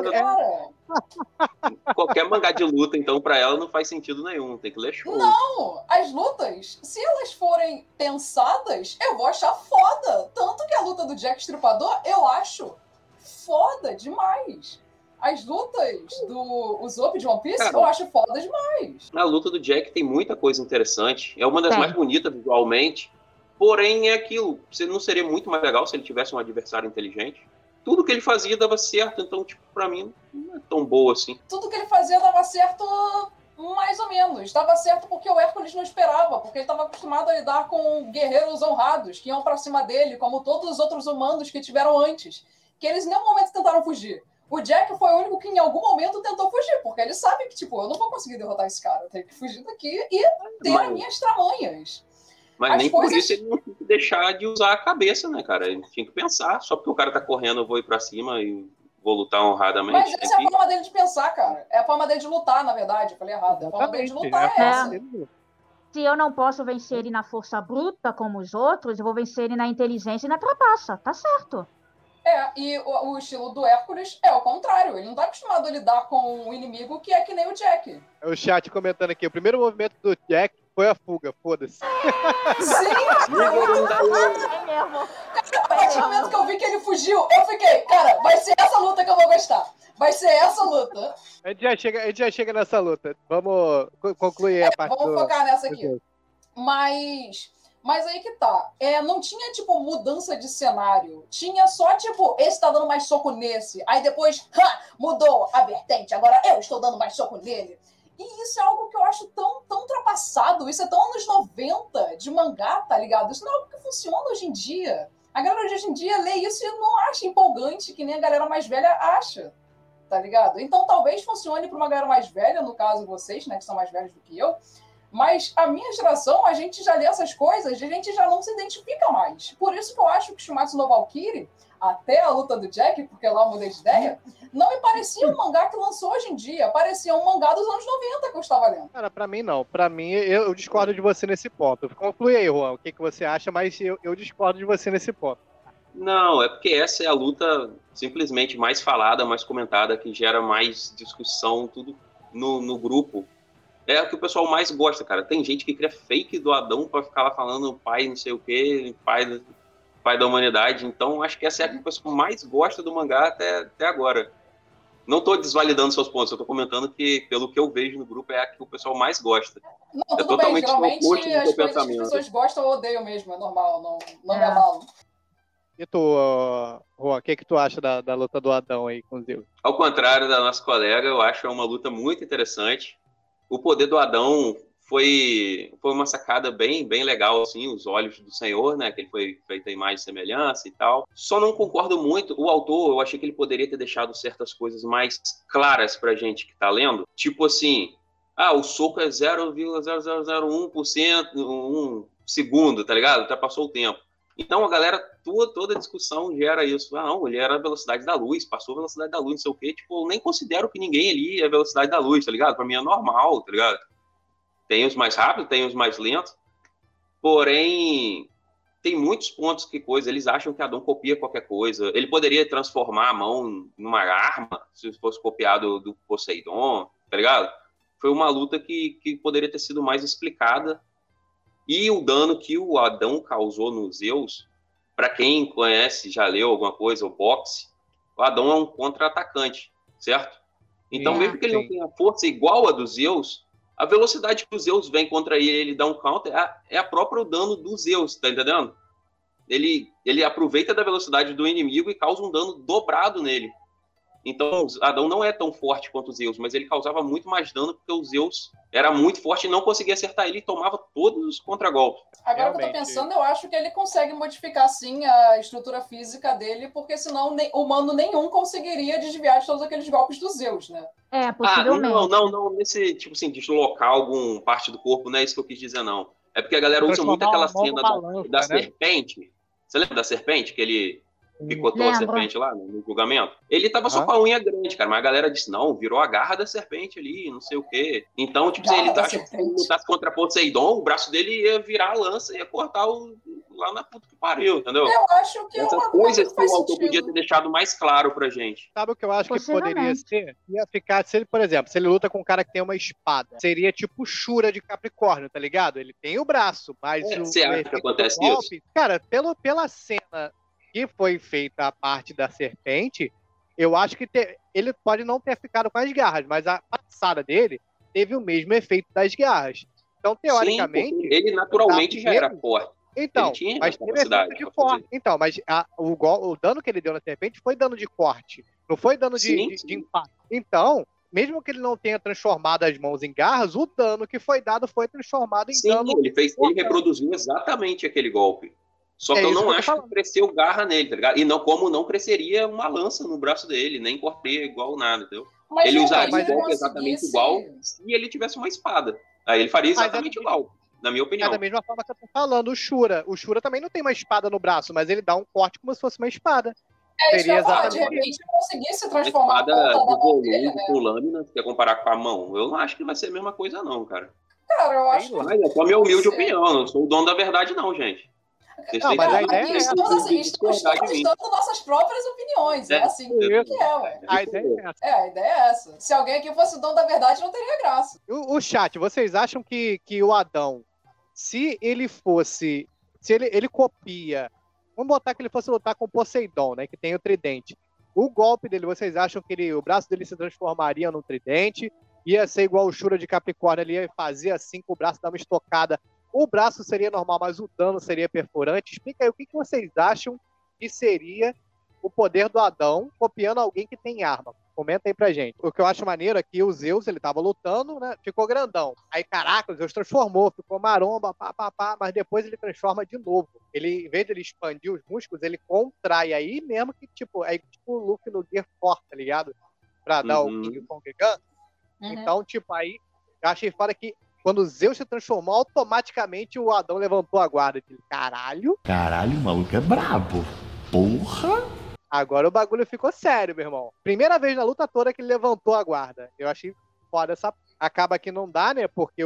Qualquer mangá de luta, então, pra ela não faz sentido nenhum. Tem que ler show. Não! As lutas, se elas forem pensadas, eu vou achar foda. Tanto que a luta do Jack Stripador, eu acho foda demais. As lutas do Usopp de One Piece, eu acho foda demais. A luta do Jack tem muita coisa interessante. É uma das mais bonitas visualmente. Porém, é aquilo. Não seria muito mais legal se ele tivesse um adversário inteligente? Tudo que ele fazia dava certo, então, tipo, pra mim, não é tão boa assim. Tudo que ele fazia dava certo, mais ou menos. Dava certo porque o Hércules não esperava, porque ele estava acostumado a lidar com guerreiros honrados, que iam pra cima dele, como todos os outros humanos que tiveram antes, que eles em nenhum momento tentaram fugir. O Jack foi o único que em algum momento tentou fugir, porque ele sabe que, tipo, eu não vou conseguir derrotar esse cara, eu tenho que fugir daqui e ter as minhas tramanhas. Mas nem por isso ele não tem que deixar de usar a cabeça, né, cara? Ele tinha que pensar. Só porque o cara tá correndo, eu vou ir pra cima e vou lutar honradamente. Mas essa é a forma dele de pensar, cara. É a forma dele de lutar, na verdade. Eu falei errado. A forma dele de lutar é essa. Se eu não posso vencer ele na força bruta como os outros, eu vou vencer ele na inteligência e na trapaça. Tá certo. E o estilo do Hércules é o contrário. Ele não tá acostumado a lidar com um inimigo que é que nem o Jack. O chat comentando aqui. O primeiro movimento do Jack foi a fuga. Foda-se. Sim! É mesmo. A partir do momento que eu vi que ele fugiu, eu fiquei, cara, vai ser essa luta que eu vou gostar. Vai ser essa luta. A gente já chega nessa luta. Vamos concluir a parte Vamos focar nessa aqui. Mas aí que tá. Não tinha, tipo, mudança de cenário. Tinha só, tipo, esse tá dando mais soco nesse. Aí depois, mudou a vertente. Agora eu estou dando mais soco nele. E isso é algo que eu acho tão ultrapassado. Isso é tão anos 90 de mangá, tá ligado? Isso não é algo que funciona hoje em dia. A galera de hoje em dia lê isso e não acha empolgante, que nem a galera mais velha acha. Tá ligado? Então talvez funcione pra uma galera mais velha, no caso vocês, né, que são mais velhos do que eu. Mas a minha geração, a gente já lê essas coisas e a gente já não se identifica mais. Por isso que eu acho que Shumatsu no Valkyrie, até a luta do Jack, porque lá eu mudei de ideia, não me parecia um mangá que lançou hoje em dia. Parecia um mangá dos anos 90 que eu estava lendo. Cara, pra mim não. Pra mim, eu discordo de você nesse ponto. Conclui aí, Juan, o que você acha, mas eu discordo de você nesse ponto. Não, é porque essa é a luta simplesmente mais falada, mais comentada, que gera mais discussão, tudo no grupo. É o que o pessoal mais gosta, cara. Tem gente que cria fake do Adão pra ficar lá falando pai não sei o quê, pai da humanidade. Então, acho que essa é a que o pessoal mais gosta do mangá até agora. Não tô desvalidando seus pontos, eu tô comentando que, pelo que eu vejo no grupo, é a que o pessoal mais gosta. Não, tudo bem, geralmente as coisas que as pessoas gostam ou odeiam mesmo, é normal, não me abalo. E tu, Juan, o que tu acha da luta do Adão aí com Zeus? Ao contrário da nossa colega, eu acho uma luta muito interessante. O poder do Adão foi uma sacada bem legal, assim, os olhos do Senhor, né, que ele foi feito a imagem e semelhança e tal. Só não concordo muito, o autor, eu achei que ele poderia ter deixado certas coisas mais claras pra gente que tá lendo, tipo assim, o soco é 0,0001%, 1 segundo, tá ligado? Ultrapassou o tempo. Então a galera, toda a discussão gera isso. Não, ele era a velocidade da luz, passou a velocidade da luz, não sei o quê. Tipo, eu nem considero que ninguém ali é a velocidade da luz, tá ligado? Pra mim é normal, tá ligado? Tem os mais rápidos, tem os mais lentos. Porém, tem muitos pontos que eles acham que Adão copia qualquer coisa. Ele poderia transformar a mão numa arma, se fosse copiado do Poseidon, tá ligado? Foi uma luta que poderia ter sido mais explicada. E o dano que o Adão causou no Zeus, para quem conhece, já leu alguma coisa, o boxe, o Adão é um contra-atacante, certo? Então, mesmo que ele não tenha força igual a do Zeus, a velocidade que o Zeus vem contra ele dá um counter, é a própria dano do Zeus, tá entendendo? Ele aproveita da velocidade do inimigo e causa um dano dobrado nele. Então, Adão não é tão forte quanto o Zeus, mas ele causava muito mais dano porque o Zeus era muito forte e não conseguia acertar ele e tomava todos os contragolpes. Agora que eu tô pensando, eu acho que ele consegue modificar, sim, a estrutura física dele, porque senão humano nenhum conseguiria desviar de todos aqueles golpes do Zeus, né? Possivelmente. Não, nesse, tipo assim, deslocar alguma parte do corpo, não é isso que eu quis dizer, não. É porque a galera usa muito aquela cena da serpente. Você lembra da serpente? Que ele picotou a serpente lá no julgamento? Ele tava só com a unha grande, cara, mas a galera disse, não, virou a garra da serpente ali, não sei o quê. Então, tipo, se ele acha que ele lutasse contra Poseidon, o braço dele ia virar a lança e ia cortar lá na puta que pariu, entendeu? Eu acho que essas coisas que o autor podia ter deixado mais claro pra gente. Sabe o que eu acho que poderia ser? Ia ficar, se ele, por exemplo, se ele luta com um cara que tem uma espada, seria tipo Shura de Capricórnio, tá ligado? Ele tem o braço, mas você acha que acontece isso? Cara, pela cena que foi feita a parte da serpente, eu acho que ele pode não ter ficado com as garras, mas a passada dele teve o mesmo efeito das garras. Então, teoricamente... Sim, ele naturalmente já era forte. Então, mas teve efeito de corte. Então, mas o dano que ele deu na serpente foi dano de corte, não foi dano de impacto. Então, mesmo que ele não tenha transformado as mãos em garras, o dano que foi dado foi transformado em dano... Sim, ele reproduziu exatamente aquele golpe. Só que eu não acho que cresceu garra nele, tá ligado? E como não cresceria uma lança no braço dele, nem cortaria igual nada, entendeu? Ele usaria o golpe exatamente igual se ele tivesse uma espada. Aí ele faria exatamente igual. na minha É opinião. da mesma forma que eu tô falando, o Shura. O Shura também não tem uma espada no braço, mas ele dá um corte como se fosse uma espada. É isso que eu Seria ia falar, de exatamente repente conseguir se A transformar a espada ponta da do mão volume dele, né? com lâmina, se quer comparar com a mão, eu não acho que vai ser a mesma coisa, não, cara. Cara, eu Sei acho que lá. Mas é só a minha humilde Pode ser. opinião, eu não sou o dono da verdade, não, gente. Vocês Não, têm mas que a ideia aqui é essa. estamos assim, discordar de estamos mim. dando nossas próprias opiniões. É É, assim isso. que é, ué. A ideia é essa. É, a ideia é essa. Se alguém aqui fosse o dono da verdade, não teria graça. O chat, vocês acham que o Adão, se ele fosse. Se ele copia. Vamos botar que ele fosse lutar com o Poseidon, né? Que tem o tridente. O golpe dele, vocês acham que o braço dele se transformaria num tridente? Ia ser igual o Shura de Capricórnio, ele ia fazer assim com o braço, dar uma estocada. O braço seria normal, mas o dano seria perfurante. Explica aí o que vocês acham que seria o poder do Adão copiando alguém que tem arma. Comenta aí pra gente. O que eu acho maneiro é que o Zeus, ele tava lutando, né? Ficou grandão. Aí, caraca, o Zeus transformou, ficou maromba, mas depois ele transforma de novo. Ele, em vez de ele expandir os músculos, ele contrai. Aí mesmo que, tipo, é tipo o Luffy no Gear 4, tá ligado? Pra dar o King Kong Gun. Então, tipo, aí, eu achei fora que quando o Zeus se transformou, automaticamente o Adão levantou a guarda. Ele, caralho. Caralho, o maluco é brabo. Porra! Agora o bagulho ficou sério, meu irmão. Primeira vez na luta toda que ele levantou a guarda. Eu achei foda essa. Acaba que não dá, né? Porque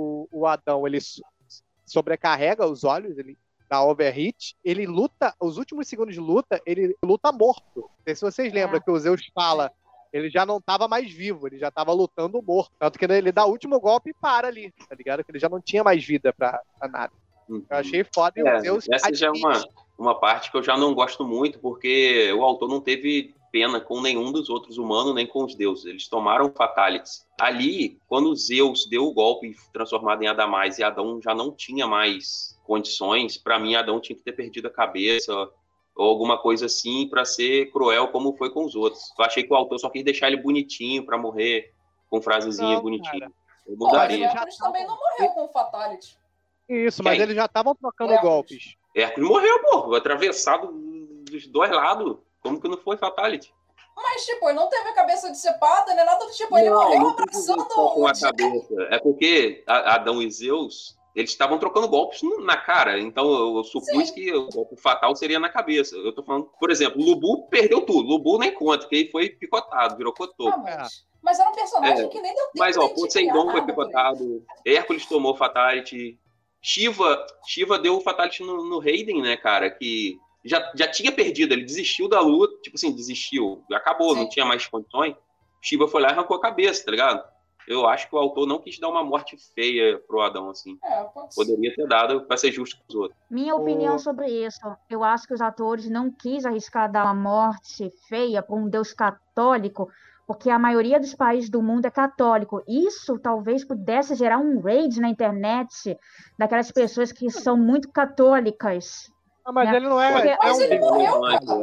o Adão, ele sobrecarrega os olhos, ele dá overhit. Ele luta, os últimos segundos de luta, ele luta morto. Não sei se vocês lembram que o Zeus fala, ele já não tava mais vivo, ele já tava lutando morto. Tanto que ele dá o último golpe e para ali, tá ligado? Que ele já não tinha mais vida pra nada. Eu achei foda e o Zeus. Essa já é uma parte que eu já não gosto muito, porque o autor não teve pena com nenhum dos outros humanos, nem com os deuses. Eles tomaram fatalities. Ali, quando Zeus deu o golpe transformado em Adamais e Adão já não tinha mais condições, pra mim Adão tinha que ter perdido a cabeça ou alguma coisa assim pra ser cruel como foi com os outros. Eu achei que o autor só quis deixar ele bonitinho pra morrer com frasezinha bonitinha. Cara. Eu Pô, mas o mudaria. Hércules também não morreu com o Fatality. Isso, mas Quem? eles já estavam trocando Hércules. golpes. Hércules morreu, pô, atravessado dos dois lados. Como que não foi fatality? Mas, tipo, ele não teve a cabeça dissipada, né? Nada do tipo, ele morreu não precisou abraçando só com a o cabeça. É porque Adão e Zeus, eles estavam trocando golpes na cara. Então eu supus Sim. que o golpe fatal seria na cabeça. Eu tô falando, por exemplo, Lubu perdeu tudo. Lubu nem conta, porque ele foi picotado, virou cotô. Mas era um personagem que nem deu tempo Mas, ó, de Poseidon criar foi nada por ele. picotado, Hércules tomou fatality, Shiva deu o fatality no Raiden, né, cara, que já tinha perdido, ele desistiu da luta, tipo assim, desistiu, acabou, não tinha mais condições. Shiva foi lá e arrancou a cabeça, tá ligado? Eu acho que o autor não quis dar uma morte feia pro Adão, assim. Poderia ter dado pra ser justo com os outros. Minha opinião sobre isso, eu acho que os atores não quis arriscar dar uma morte feia para um deus católico, porque a maioria dos países do mundo é católico. Isso talvez pudesse gerar um rage na internet daquelas pessoas que são muito católicas. Mas ele não é. Porque- Mas ele morreu,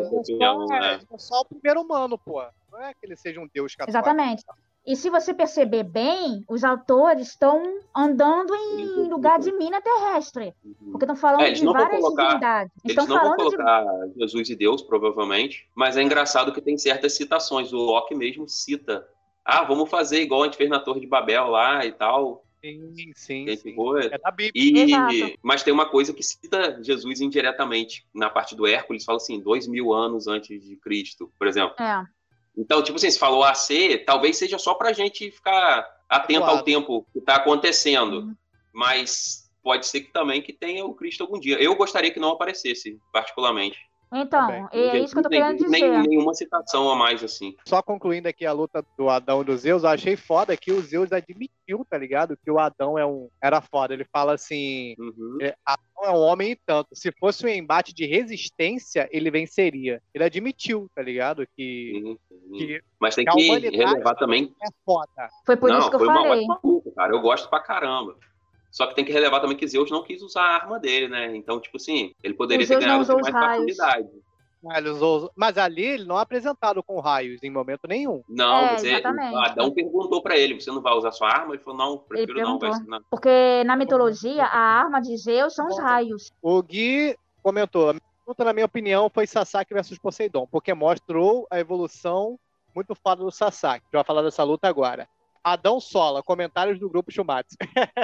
É só o primeiro humano, pô. Não é que ele seja um deus católico. Exatamente. E se você perceber bem, os autores estão andando em lugar de mina terrestre. Porque estão falando Eles de não vão várias colocar- divindades. Eles Estão não vão falando de colocar Jesus e Deus, provavelmente, mas é engraçado que tem certas citações. O Loki mesmo cita. Ah, vamos fazer igual a gente fez na Torre de Babel lá e tal. Sim. É da Bíblia. Exato. Mas tem uma coisa que cita Jesus indiretamente. Na parte do Hércules, fala assim, 2000 anos antes de Cristo, por exemplo. É. Então, tipo assim, se falou AC, talvez seja só pra gente ficar atento ao tempo que tá acontecendo. Mas pode ser que também que tenha o Cristo algum dia. Eu gostaria que não aparecesse, particularmente. Então, é isso que eu tô querendo dizer. Nenhuma citação a mais, assim. Só concluindo aqui a luta do Adão e do Zeus, eu achei foda que o Zeus admitiu, tá ligado? Que o Adão era foda. Ele fala assim, Adão é um homem e tanto. Se fosse um embate de resistência, ele venceria. Ele admitiu, tá ligado? Que Mas tem que a que humanidade relevar também. é foda. Foi por isso que eu foi uma falei. ótima luta, cara. Eu gosto pra caramba. Só que tem que relevar também que Zeus não quis usar a arma dele, né? Então, tipo assim, ele poderia O ter Zeus não ganhado usou com os mais raios. facilidade. Mas ali ele não é apresentado com raios em momento nenhum. Não, mas exatamente. o Adão perguntou pra ele, você não vai usar sua arma? Ele falou, não, prefiro Ele não. Vai perguntou. ser, não. Porque na mitologia, a arma de Zeus são os raios. O Gui comentou, a luta, na minha opinião, foi Sasaki versus Poseidon, porque mostrou a evolução muito foda do Sasaki. A gente vai falar dessa luta agora. Adão Sola, comentários do grupo Shumatsu.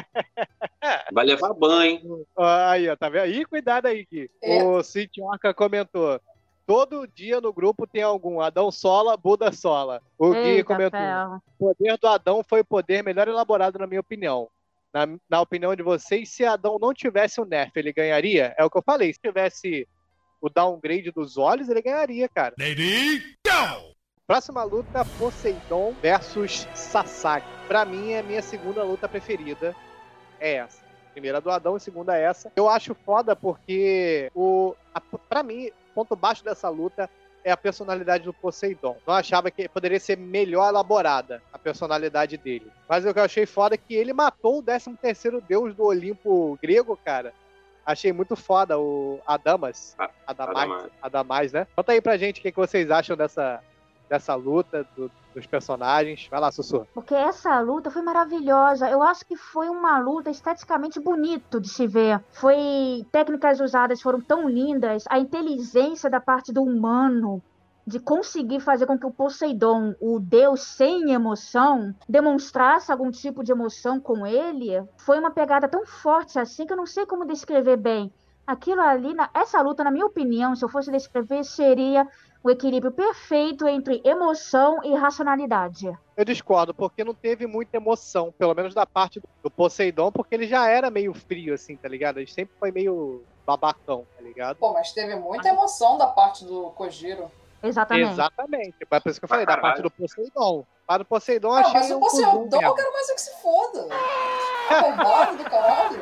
Vai levar banho. Aí, ó, tá vendo? Ih, cuidado aí, Gui. O Cintiorca comentou. Todo dia no grupo tem algum Adão Sola, Buda Sola. O Gui comentou. O poder do Adão foi o poder melhor elaborado, na minha opinião. Na opinião de vocês, se Adão não tivesse o nerf, ele ganharia? É o que eu falei. Se tivesse o downgrade dos olhos, ele ganharia, cara. Lady, go! Próxima luta, Poseidon versus Sasaki. Pra mim, é a minha segunda luta preferida. É essa. Primeira do Adão e segunda essa. Eu acho foda porque, pra mim, o ponto baixo dessa luta é a personalidade do Poseidon. Não achava que poderia ser melhor elaborada a personalidade dele. Mas o que eu achei foda é que ele matou o 13º deus do Olimpo grego, cara. Achei muito foda o Adamas. Adamais, né? Conta aí pra gente o que vocês acham dessa luta, dos personagens. Vai lá, Sussu. Porque essa luta foi maravilhosa. Eu acho que foi uma luta esteticamente bonito de se ver. Técnicas usadas foram tão lindas. A inteligência da parte do humano de conseguir fazer com que o Poseidon, o deus sem emoção, demonstrasse algum tipo de emoção com ele, foi uma pegada tão forte assim que eu não sei como descrever bem. Aquilo ali, essa luta, na minha opinião, se eu fosse descrever, seria o equilíbrio perfeito entre emoção e racionalidade. Eu discordo, porque não teve muita emoção, pelo menos da parte do Poseidon, porque ele já era meio frio, assim, tá ligado? Ele sempre foi meio babacão, tá ligado? Pô, mas teve muita emoção da parte do Kojiro. Exatamente. É por isso que eu falei, da parte do Poseidon. Para o Poseidon, achei mas o Poseidon eu quero mais é que se foda. Roubado do caralho.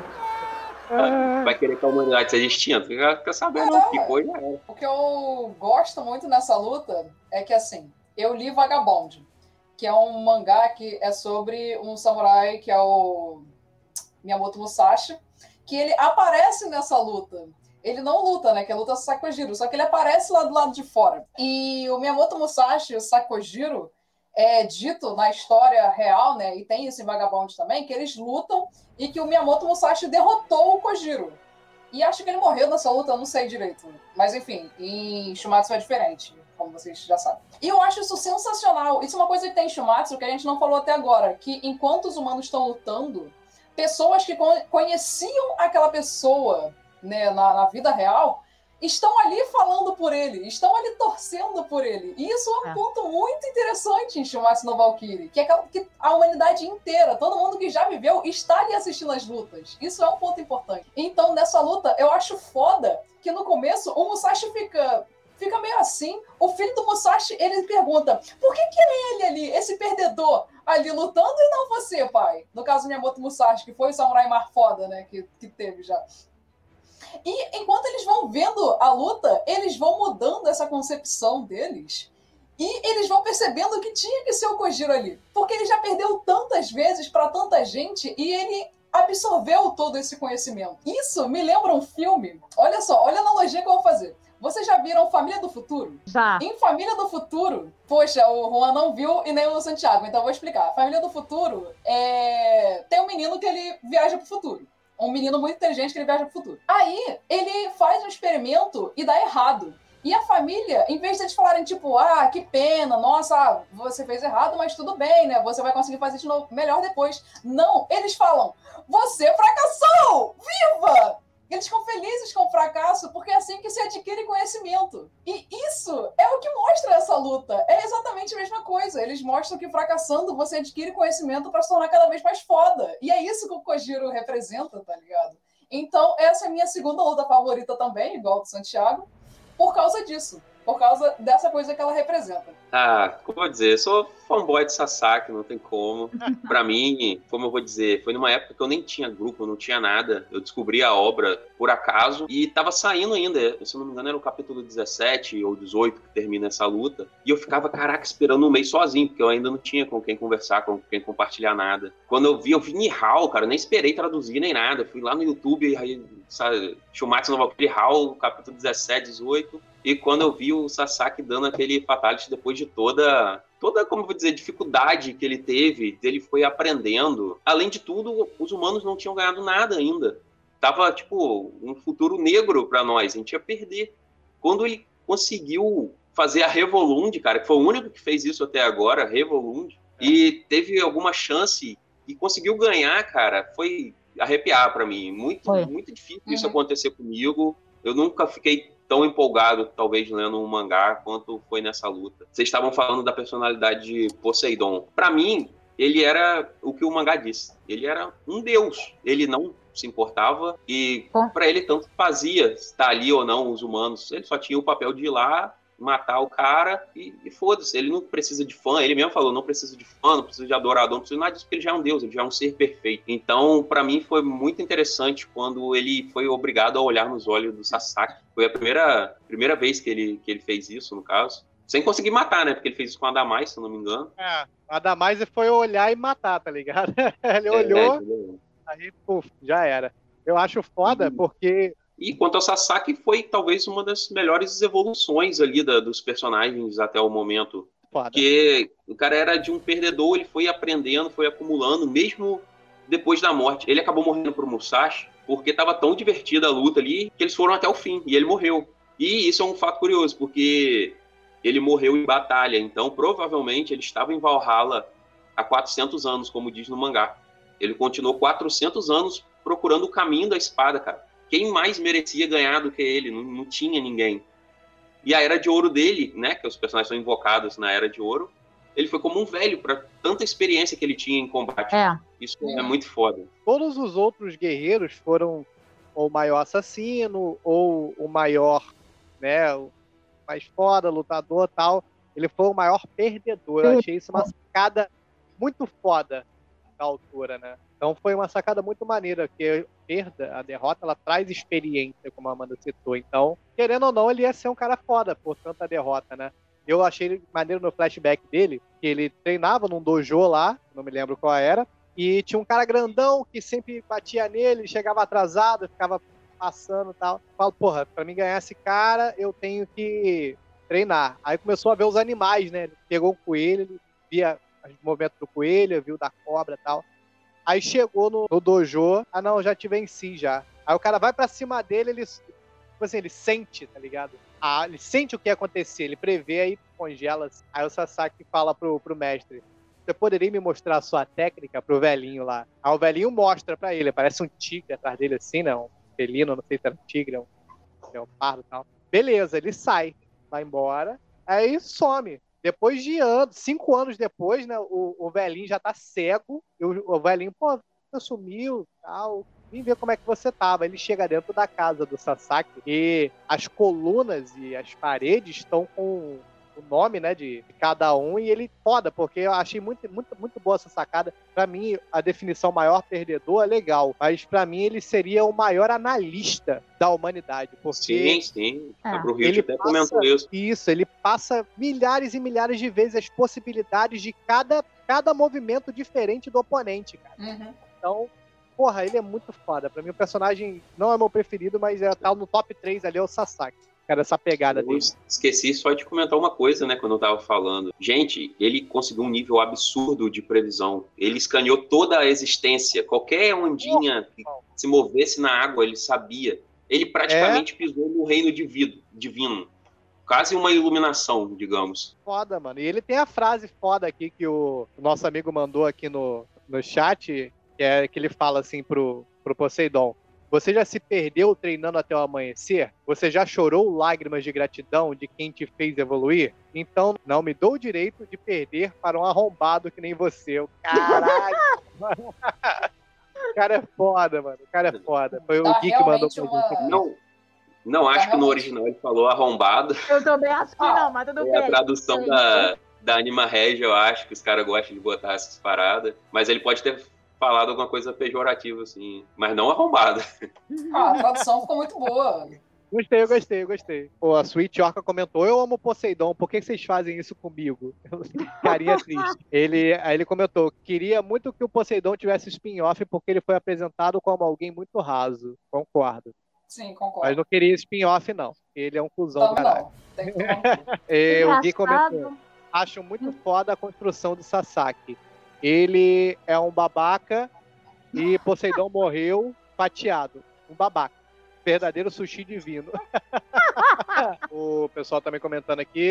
Vai querer que a humanidade seja extinta. Quer saber, não. Ficou e já era. O que eu gosto muito nessa luta é que, assim, eu li Vagabond, que é um mangá que é sobre um samurai que é o Miyamoto Musashi, que ele aparece nessa luta. Ele não luta, né? Que a luta é o Sakojiro, só que ele aparece lá do lado de fora. E o Miyamoto Musashi, o Sakojiro, é dito na história real, né? E tem isso em Vagabond também, que eles lutam e que o Miyamoto Musashi derrotou o Kojiro. E acho que ele morreu nessa luta, eu não sei direito. Mas enfim, em Shumatsu é diferente, como vocês já sabem. E eu acho isso sensacional. Isso é uma coisa que tem em Shumatsu que a gente não falou até agora, que enquanto os humanos estão lutando, pessoas que conheciam aquela pessoa, né, na vida real, estão ali falando por ele, estão ali torcendo por ele. E isso é um ponto muito interessante em Shumatsu no Valkyrie, que é que a humanidade inteira, todo mundo que já viveu, está ali assistindo as lutas. Isso é um ponto importante. Então, nessa luta, eu acho foda que no começo o Musashi fica meio assim. O filho do Musashi, ele pergunta, por que é ele ali, esse perdedor, ali lutando e não você, pai? No caso, Miyamoto Musashi, que foi o samurai mais foda, né, que teve já. E enquanto eles vão vendo a luta, eles vão mudando essa concepção deles e eles vão percebendo que tinha que ser o Kojiro ali. Porque ele já perdeu tantas vezes para tanta gente e ele absorveu todo esse conhecimento. Isso me lembra um filme. Olha só, olha a analogia que eu vou fazer. Vocês já viram Família do Futuro? Já. Em Família do Futuro, poxa, o Juan não viu e nem o Santiago, então eu vou explicar. Família do Futuro tem um menino que ele viaja pro futuro. Um menino muito inteligente que ele viaja pro futuro. Aí, ele faz um experimento e dá errado. E a família, em vez de eles falarem, tipo, que pena, nossa, você fez errado, mas tudo bem, né? Você vai conseguir fazer de novo, melhor depois. Não, eles falam, você fracassou! Viva! Eles ficam felizes com o fracasso, porque é assim que se adquire conhecimento. E isso é o que mostra essa luta. É exatamente a mesma coisa. Eles mostram que fracassando você adquire conhecimento para se tornar cada vez mais foda. E é isso que o Kojiro representa, tá ligado? Então, essa é a minha segunda luta favorita também, igual do Santiago, por causa disso. Por causa dessa coisa que ela representa. Como eu vou dizer, eu sou fanboy de Sasaki, não tem como. Pra mim, como eu vou dizer, foi numa época que eu nem tinha grupo, não tinha nada. Eu descobri a obra por acaso e tava saindo ainda. Se eu não me engano, era o capítulo 17 ou 18 que termina essa luta. E eu ficava, caraca, esperando um mês sozinho, porque eu ainda não tinha com quem conversar, com quem compartilhar nada. Quando eu vi Nihao, cara, eu nem esperei traduzir nem nada. Fui lá no YouTube, aí, sabe, Shumatsu no Valkyrie Hall, capítulo 17, 18. E quando eu vi o Sasaki dando aquele fatality depois de toda, como eu vou dizer, dificuldade que ele teve, ele foi aprendendo. Além de tudo, os humanos não tinham ganhado nada ainda. Tava, tipo, um futuro negro pra nós, a gente ia perder. Quando ele conseguiu fazer a Revolund, cara, que foi o único que fez isso até agora, a Revolund, E teve alguma chance e conseguiu ganhar, cara. Foi arrepiar pra mim. Muito difícil isso acontecer comigo. Eu nunca fiquei tão empolgado, talvez, lendo um mangá quanto foi nessa luta. Vocês estavam falando da personalidade de Poseidon. Pra mim, ele era o que o mangá disse. Ele era um deus. Ele não se importava e pra ele tanto fazia estar ali ou não os humanos. Ele só tinha o papel de ir lá, matar o cara e foda-se. Ele não precisa de fã. Ele mesmo falou, não precisa de fã, não precisa de adorador, não precisa de nada disso, porque ele já é um deus, ele já é um ser perfeito. Então, pra mim, foi muito interessante quando ele foi obrigado a olhar nos olhos do Sasaki. Foi a primeira vez que ele fez isso, no caso. Sem conseguir matar, né? Porque ele fez isso com a Adamais, se eu não me engano. A Adamais foi olhar e matar, tá ligado? Ele olhou, aí, puf, já era. Eu acho foda porque... E quanto ao Sasaki, foi talvez uma das melhores evoluções ali dos personagens até o momento. Foda. Porque o cara era de um perdedor, ele foi aprendendo, foi acumulando, mesmo depois da morte. Ele acabou morrendo pro Musashi, porque estava tão divertida a luta ali, que eles foram até o fim, e ele morreu. E isso é um fato curioso, porque ele morreu em batalha, então provavelmente ele estava em Valhalla há 400 anos, como diz no mangá. Ele continuou 400 anos procurando o caminho da espada, cara. Quem mais merecia ganhar do que ele? Não tinha ninguém. E a Era de Ouro dele, né, que os personagens são invocados na Era de Ouro, ele foi como um velho para tanta experiência que ele tinha em combate. Isso é muito foda. Todos os outros guerreiros foram ou o maior assassino, ou o maior, né, o mais foda, lutador e tal. Ele foi o maior perdedor. Eu achei isso uma sacada muito foda da autora, né? Então foi uma sacada muito maneira, que a derrota, ela traz experiência, como a Amanda citou. Então, querendo ou não, ele ia ser um cara foda por tanta derrota, né? Eu achei ele maneiro no flashback dele, que ele treinava num dojo lá, não me lembro qual era, e tinha um cara grandão que sempre batia nele, chegava atrasado, ficava passando e tal. Falo, porra, pra mim ganhar esse cara, eu tenho que treinar. Aí começou a ver os animais, né? Ele pegou um coelho, ele via os movimentos do coelho, viu da cobra e tal. Aí chegou no dojo, não, já te venci já. Aí o cara vai pra cima dele, ele, tipo assim, ele sente, tá ligado? Ele sente o que ia acontecer, ele prevê, aí congela. Aí o Sasaki fala pro mestre, você poderia me mostrar a sua técnica pro velhinho lá? Aí o velhinho mostra pra ele, parece um tigre atrás dele assim, né? Um felino, não sei se era um tigre, um leopardo e tal. Beleza, ele sai, vai embora, aí some. Depois de 5 anos depois, né, o velhinho já tá cego, e o velhinho, pô, você sumiu, tal, vim ver como é que você tava. Ele chega dentro da casa do Sasaki e as colunas e as paredes estão com o nome, né, de cada um, e ele foda, porque eu achei muito, muito, muito boa essa sacada. Pra mim, a definição maior perdedor é legal, mas pra mim ele seria o maior analista da humanidade, porque... Sim. A Bruhilde até comentou isso. Isso, ele passa milhares e milhares de vezes as possibilidades de cada movimento diferente do oponente, cara. Então, porra, ele é muito foda. Pra mim, o personagem não é meu preferido, mas tá no top 3 ali, é o Sasaki. Cara, essa pegada dele. Esqueci só de comentar uma coisa, né, quando eu tava falando. Gente, ele conseguiu um nível absurdo de previsão. Ele escaneou toda a existência. Qualquer ondinha que se movesse na água, ele sabia. Ele praticamente pisou no reino divino. Quase uma iluminação, digamos. Foda, mano. E ele tem a frase foda aqui que o nosso amigo mandou aqui no chat, que é que ele fala assim pro Poseidon. Você já se perdeu treinando até o amanhecer? Você já chorou lágrimas de gratidão de quem te fez evoluir? Então, não me dou o direito de perder para um arrombado que nem você. Caralho! O cara é foda, mano. O cara é foda. Foi o Gui que mandou pra gente. Não acho que no original ele falou arrombado. Eu também acho que não, mas tudo bem. É a tradução da Anima Regia, eu acho que os caras gostam de botar essas paradas. Mas ele pode ter falado alguma coisa pejorativa, assim, mas não arrombada. A tradução ficou muito boa. Gostei. Pô, a Sweet Orca comentou, eu amo Poseidon, por que vocês fazem isso comigo? Carinha triste. Aí ele comentou, queria muito que o Poseidon tivesse spin-off porque ele foi apresentado como alguém muito raso. Concordo. Sim, concordo. Mas não queria spin-off, não. Ele é um cuzão do caralho. Tem que o Gui comentou, acho muito foda a construção do Sasaki. Ele é um babaca e Poseidon morreu fatiado. Um babaca. Verdadeiro sushi divino. O pessoal também comentando aqui.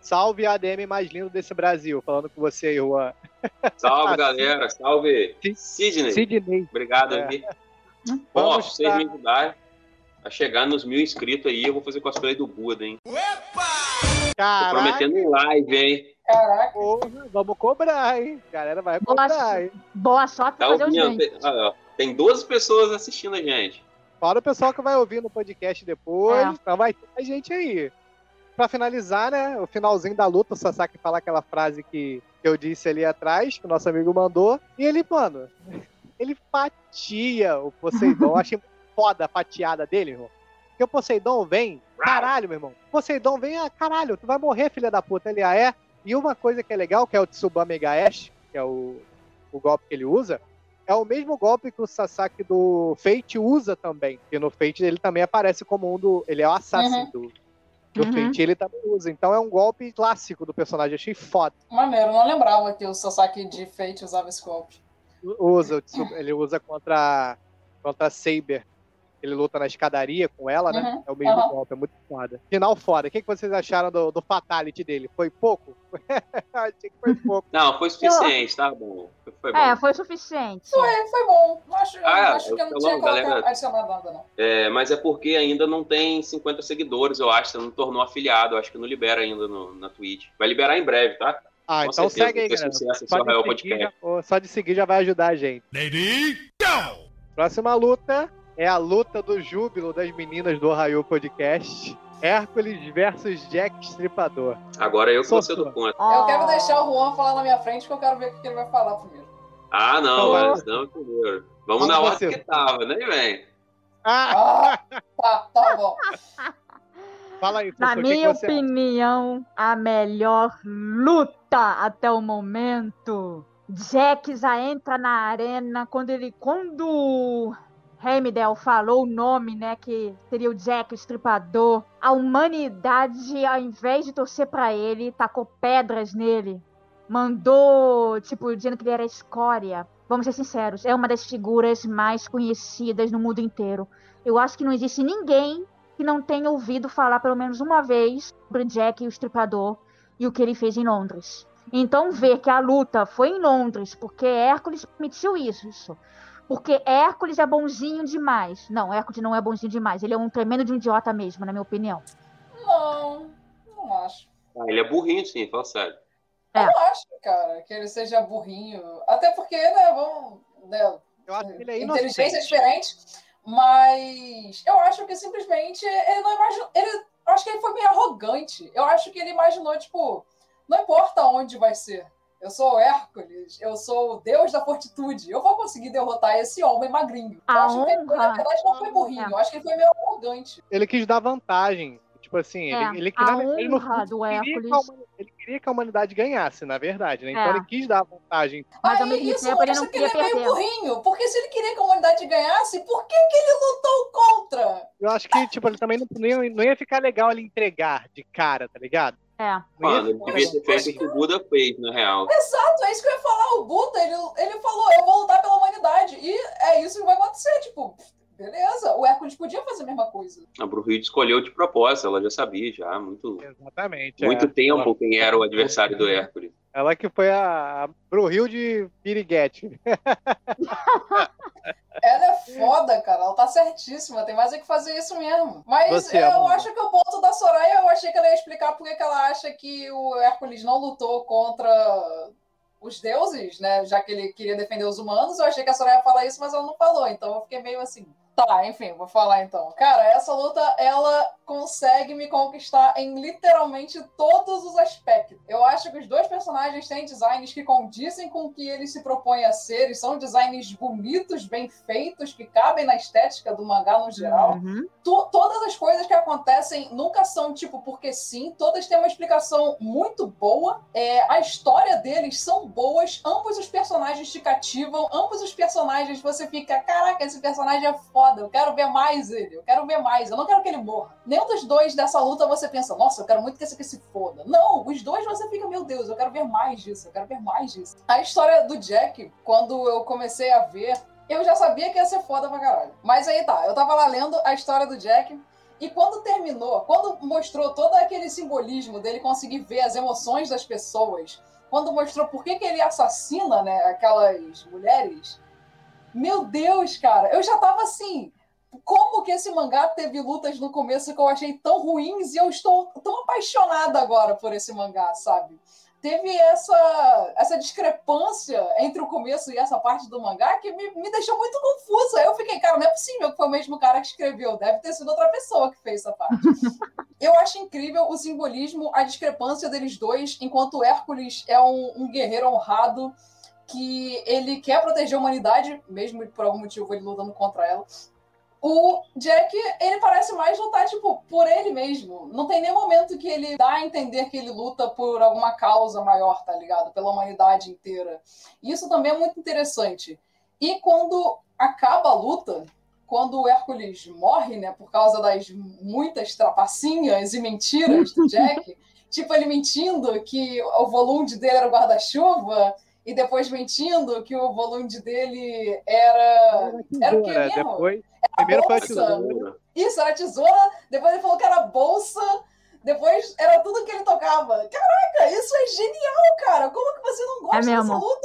Salve a ADM mais lindo desse Brasil, falando com você aí, Juan. Salve, galera. Salve. Sidney. Sidney. Obrigado aí. Bom, Vamos vocês me ajudarem a chegar nos 1.000 inscritos aí, eu vou fazer cosplay do Buda, hein? Tô Caraca, prometendo um live, hein? Caraca. porra, vamos cobrar, hein? A galera vai cobrar, hein? Boa sorte pra Tá fazer os ouvindo? dentes. Tem 12 pessoas assistindo a gente. Fora o pessoal que vai ouvir no podcast depois, É. então vai ter mais gente aí. Pra finalizar, né, o finalzinho da luta, o Sasaki fala aquela frase que eu disse ali atrás, que o nosso amigo mandou, e ele, mano, ele fatia o Poseidon. Eu achei foda a fatiada dele, irmão. Porque o Poseidon vem, caralho, meu irmão. O Poseidon vem, caralho, tu vai morrer, filha da puta. Ele, é. E uma coisa que é legal, que é o Tsubame Gaeshi, que é o golpe que ele usa, é o mesmo golpe que o Sasaki do Fate usa também. Porque no Fate ele também aparece como um do... Ele é o assassin do Fate, ele também usa. Então é um golpe clássico do personagem. Achei foda. Maneiro, não lembrava que o Sasaki de Fate usava esse golpe. Ele usa contra a Saber. Ele luta na escadaria com ela, né? É o mesmo golpe, é muito foda. Final foda. O que vocês acharam do Fatality dele? Foi pouco? Achei que foi pouco. Não, foi suficiente, tá bom. Foi bom. Foi suficiente. Foi bom. Acho que eu não tinha galera, adicionado nada, não. Mas é porque ainda não tem 50 seguidores, eu acho. Você não tornou afiliado, eu acho que não libera ainda na Twitch. Vai liberar em breve, tá? Ah, Com então certeza, segue aí, vai ter galera. sucesso esse Arraial Podcast. Só de seguir já vai ajudar a gente. Lady, go! Próxima luta é a luta do júbilo das meninas do Arraial Podcast. Hércules versus Jack Estripador. Agora eu que vou ser do contra. Eu quero deixar o Juan falar na minha frente, que eu quero ver o que ele vai falar primeiro. Ah, não, Então, mas não primeiro. Vamos Fala na ordem você. que tava, né, velho? Tá bom. Fala aí, Na Fufu, o que minha você acha? opinião, a melhor luta até o momento. Jack já entra na arena quando o Heimdall falou o nome, né, que seria o Jack, o Estripador. A humanidade, ao invés de torcer pra ele, tacou pedras nele. Mandou, dizendo que ele era escória. Vamos ser sinceros, é uma das figuras mais conhecidas no mundo inteiro. Eu acho que não existe ninguém que não tenha ouvido falar pelo menos uma vez sobre Jack e o Estripador e o que ele fez em Londres. Então ver que a luta foi em Londres porque Hércules permitiu isso. Porque Hércules é bonzinho demais. Não, Hércules não é bonzinho demais. Ele é um tremendo de um idiota mesmo, na minha opinião. Não acho. Ele é burrinho, sim, fala sério. Eu não acho, cara, que ele seja burrinho. Até porque, né, Eu acho que ele é inteligência é inocente. diferente. Mas eu acho que simplesmente ele não imaginou. Eu acho que ele foi meio arrogante. Eu acho que ele imaginou, não importa onde vai ser. Eu sou o Hércules, eu sou o deus da fortitude. Eu vou conseguir derrotar esse homem magrinho. Eu acho que ele, na verdade, não foi burrinho. Eu acho que ele foi meio arrogante. Ele quis dar vantagem. Tipo assim, ele queria que a humanidade ganhasse, na verdade, né? Então ele quis dar vantagem. Mas ao mesmo Isso tempo ele não mostra que queria ele é meio perder. burrinho. Porque se ele queria que a humanidade ganhasse, por que ele lutou contra? Eu acho que, ele também não ia ficar legal ele entregar de cara, tá ligado? Mano, ele devia ter feito o que o Buda fez, na real. Exato, é isso que eu ia falar. O Buda, ele falou, eu vou lutar pela humanidade. E é isso que vai acontecer, beleza. O Hércules podia fazer a mesma coisa. A Brunhilde escolheu de propósito, ela já sabia, já, muito tempo quem era o adversário do Hércules. Ela que foi a Brunhilde Piriguete. Ela é foda, cara. Ela tá certíssima. Tem mais é que fazer isso mesmo. Mas eu acho que o ponto da Soraya, eu achei que ela ia explicar porque que ela acha que o Hércules não lutou contra os deuses, né? Já que ele queria defender os humanos. Eu achei que a Soraya ia falar isso, mas ela não falou. Então eu fiquei meio assim... Tá, enfim, vou falar então. Cara, essa luta, ela consegue me conquistar em literalmente todos os aspectos. Eu acho que os dois personagens têm designs que condizem com o que eles se propõem a ser, e são designs bonitos, bem feitos, que cabem na estética do mangá no geral. Todas as coisas que acontecem nunca são porque sim, todas têm uma explicação muito boa. A história deles são boas, ambos os personagens te cativam, ambos os personagens você fica, caraca, esse personagem é foda. Eu quero ver mais ele, eu quero ver mais, eu não quero que ele morra. Nenhum dos dois dessa luta você pensa, nossa, eu quero muito que esse aqui se foda. Não, os dois você fica, meu Deus, eu quero ver mais disso, eu quero ver mais disso. A história do Jack, quando eu comecei a ver, eu já sabia que ia ser foda pra caralho. Mas aí tá, eu tava lá lendo a história do Jack E quando terminou, quando mostrou todo aquele simbolismo dele conseguir ver as emoções das pessoas, quando mostrou por que ele assassina, né, aquelas mulheres, meu Deus, cara, eu já tava assim, como que esse mangá teve lutas no começo que eu achei tão ruins e eu estou tão apaixonada agora por esse mangá, sabe? Teve essa discrepância entre o começo e essa parte do mangá que me deixou muito confusa. Aí eu fiquei, cara, não é possível que foi o mesmo cara que escreveu. Deve ter sido outra pessoa que fez essa parte. Eu acho incrível o simbolismo, a discrepância deles dois, enquanto o Hércules é um guerreiro honrado que ele quer proteger a humanidade, mesmo por algum motivo ele lutando contra ela. O Jack, ele parece mais lutar, tipo, por ele mesmo. Não tem nenhum momento que ele dá a entender que ele luta por alguma causa maior, tá ligado? Pela humanidade inteira. Isso também é muito interessante. E quando acaba a luta, quando o Hércules morre, né, por causa das muitas trapacinhas e mentiras do Jack, tipo, ele mentindo que o volume dele era o guarda-chuva, e depois mentindo que o volume dele era o que mesmo? Depois, primeiro foi a tesoura. Isso, era a tesoura. Depois ele falou que era a bolsa. Depois era tudo que ele tocava. Caraca, isso é genial, cara. Como que você não gosta dessa luta,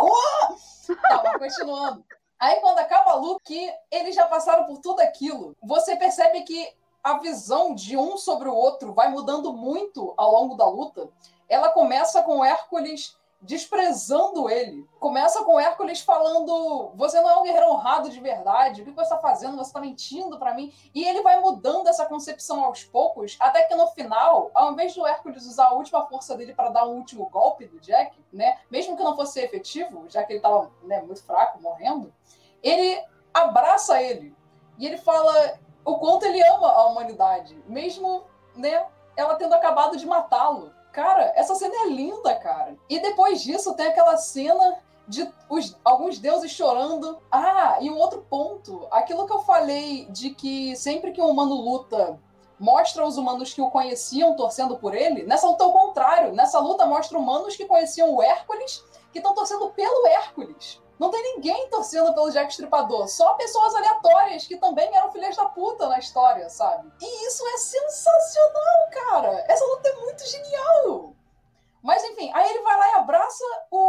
Juan? Tá, mas continuando. Aí quando acaba a luta, que eles já passaram por tudo aquilo, você percebe que a visão de um sobre o outro vai mudando muito ao longo da luta. Ela começa com o Hércules desprezando ele. Começa com o Hércules falando: você não é um guerreiro honrado de verdade, o que você está fazendo? Você está mentindo para mim. E ele vai mudando essa concepção aos poucos, até que no final, ao invés do Hércules usar a última força dele para dar um último golpe do Jack, né, mesmo que não fosse efetivo, já que ele estava, né, muito fraco, morrendo, ele abraça ele e ele fala o quanto ele ama a humanidade, mesmo, né, ela tendo acabado de matá-lo. Cara, essa cena é linda, cara. E depois disso tem aquela cena de alguns deuses chorando. Ah, e um outro ponto. Aquilo que eu falei de que sempre que um humano luta, mostra os humanos que o conheciam torcendo por ele. Nessa luta é o contrário. Nessa luta mostra humanos que conheciam o Hércules que estão torcendo pelo Hércules. Não tem ninguém torcendo pelo Jack Estripador. Só pessoas aleatórias que também eram filhas da puta na história, sabe? E isso é sensacional, cara. Essa luta é muito genial. Mas, enfim, aí ele vai lá e abraça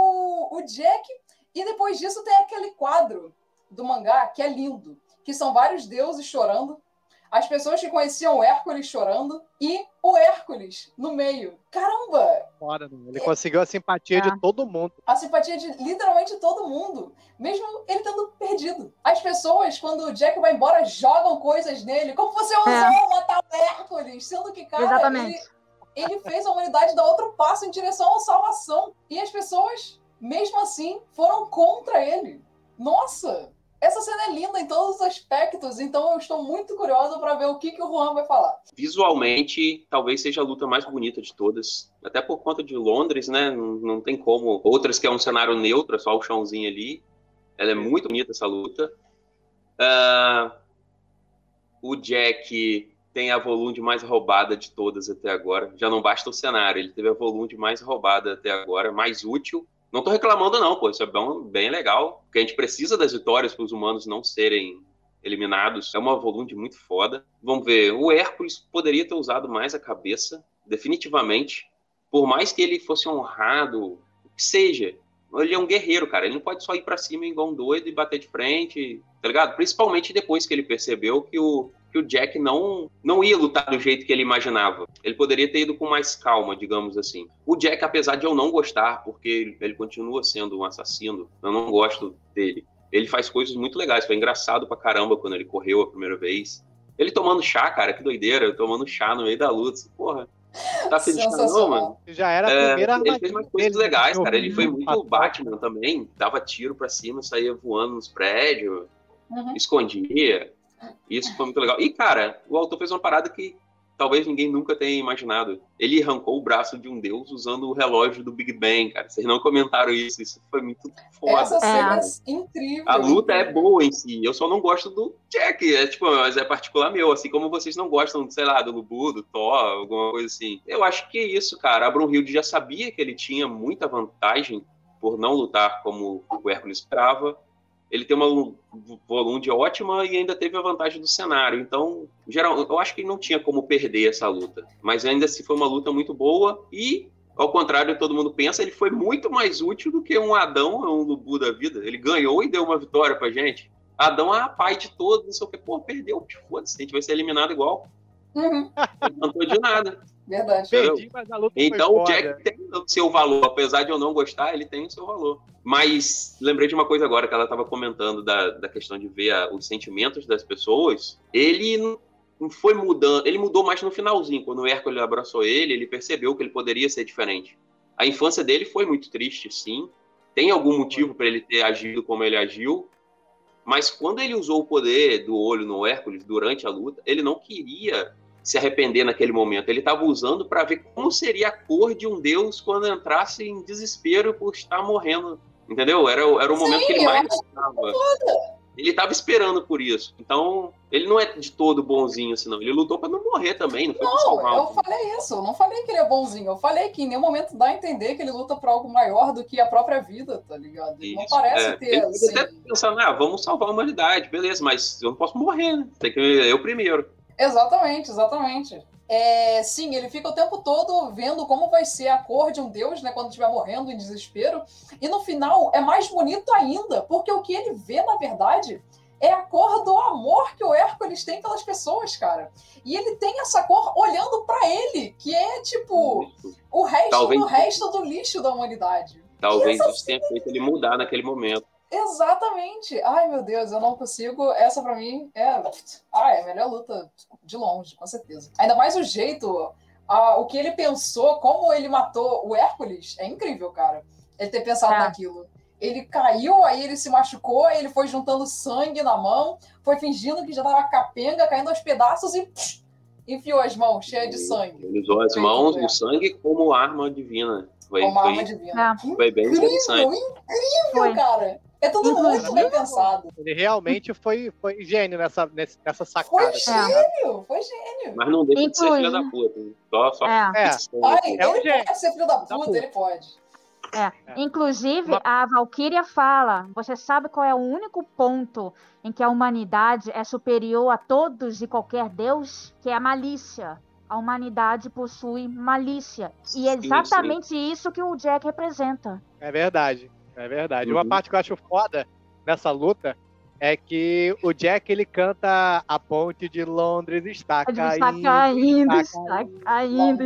o Jack. E depois disso tem aquele quadro do mangá que é lindo. Que são vários deuses chorando. As pessoas que conheciam o Hércules chorando. E o Hércules no meio. Caramba! Ele conseguiu a simpatia de todo mundo. A simpatia de literalmente todo mundo. Mesmo ele tendo perdido. As pessoas, quando o Jack vai embora, jogam coisas nele. Como você ousou matar o Hércules? Sendo que, cara, ele fez a humanidade dar outro passo em direção à salvação. E as pessoas, mesmo assim, foram contra ele. Nossa! Essa cena é linda em todos os aspectos, então eu estou muito curiosa para ver o que o Juan vai falar. Visualmente, talvez seja a luta mais bonita de todas. Até por conta de Londres, né? Não tem como. Outras que é um cenário neutro, é só o chãozinho ali. Ela é muito bonita, essa luta. O Jack tem a volume mais roubada de todas até agora. Já não basta o cenário, ele teve a volume mais roubada até agora, mais útil. Não tô reclamando não, pô, isso é bem legal, porque a gente precisa das vitórias para os humanos não serem eliminados. É uma volume muito foda. Vamos ver, o Hércules poderia ter usado mais a cabeça, definitivamente. Por mais que ele fosse honrado, o que seja, ele é um guerreiro, cara. Ele não pode só ir pra cima igual um doido e bater de frente, tá ligado? Principalmente depois que ele percebeu que o Jack não ia lutar do jeito que ele imaginava. Ele poderia ter ido com mais calma, digamos assim. O Jack, apesar de eu não gostar, porque ele continua sendo um assassino, eu não gosto dele. Ele faz coisas muito legais, foi engraçado pra caramba quando ele correu a primeira vez. Ele tomando chá, cara, que doideira, tomando chá no meio da luta. Porra, tá feliz não, mano? Já era a primeira armadilha. Ele fez mais coisas legais, cara. Ele foi muito Batman também. Dava tiro pra cima, saía voando nos prédios, escondia. Isso foi muito legal. E, cara, o autor fez uma parada que talvez ninguém nunca tenha imaginado. Ele arrancou o braço de um deus usando o relógio do Big Bang, cara. Vocês não comentaram isso. Isso foi muito foda. Essa cena é incrível. A luta é boa em si. Eu só não gosto do Jack. Mas é particular meu. Assim como vocês não gostam, sei lá, do Lubu, do Thor, alguma coisa assim. Eu acho que é isso, cara. A Brunhilde já sabia que ele tinha muita vantagem por não lutar como o Hércules esperava. ele tem uma volúncia ótima e ainda teve a vantagem do cenário. Então, geral, eu acho que ele não tinha como perder essa luta. Mas ainda assim foi uma luta muito boa e, ao contrário do que todo mundo pensa, ele foi muito mais útil do que um Adão, um Lubu da vida. Ele ganhou e deu uma vitória pra gente. Adão é a pai de todos, não sei o que. Pô, perdeu, foda-se, a gente vai ser eliminado igual. Uhum. Não tô de nada. Verdade. Perdi, mas a luta Então foi o Jack foda. tem o seu valor, apesar de eu não gostar, ele tem o seu valor. Mas lembrei de uma coisa agora que ela estava comentando da questão de ver os sentimentos das pessoas. Ele não foi mudando, ele mudou mais no finalzinho. Quando o Hércules abraçou ele percebeu que ele poderia ser diferente. A infância dele foi muito triste, sim. Tem algum motivo para ele ter agido como ele agiu. Mas quando ele usou o poder do olho no Hércules durante a luta, ele não queria se arrepender naquele momento. Ele estava usando para ver como seria a cor de um deus quando entrasse em desespero por estar morrendo. Entendeu? Era o momento que ele mais estava. Ele estava esperando por isso. Então, ele não é de todo bonzinho assim, não. Ele lutou para não morrer também, não foi pra salvar. Não, eu falei isso. Eu não falei que ele é bonzinho. Eu falei que em nenhum momento dá a entender que ele luta por algo maior do que a própria vida, tá ligado? Ele não parece ter, ele assim... até pensar, vamos salvar a humanidade, beleza, mas eu não posso morrer, né? Tem que eu primeiro. Exatamente. Sim, ele fica o tempo todo vendo como vai ser a cor de um deus, né, quando estiver morrendo em desespero. E no final é mais bonito ainda, porque o que ele vê, na verdade, é a cor do amor que o Hércules tem pelas pessoas, cara. E ele tem essa cor olhando pra ele, que é tipo o resto do lixo da humanidade. Talvez isso tenha feito ele mudar naquele momento. Exatamente. Ai, meu Deus, eu não consigo. Essa pra mim é a melhor luta de longe, com certeza. Ainda mais o jeito, o que ele pensou, como ele matou o Hércules, é incrível, cara. Ele ter pensado naquilo. Ele caiu, aí ele se machucou, aí ele foi juntando sangue na mão, foi fingindo que já tava capenga, caindo aos pedaços e enfiou as mãos cheias de sangue. Ele usou as mãos, o sangue, como arma divina. Arma divina. Foi bem interessante. Incrível, cara. É tudo muito bem pensado. Ele realmente foi gênio nessa sacada. Foi gênio. Mas não deixa de ser filho da puta. Só ele pode ser filho da puta, ele pode. Inclusive, a Valkyria fala, você sabe qual é o único ponto em que a humanidade é superior a todos e qualquer deus? Que é a malícia. A humanidade possui malícia. E é exatamente isso que o Jack representa. É verdade. Uma parte que eu acho foda nessa luta é que o Jack, ele canta A Ponte de Londres está caindo. Está caindo.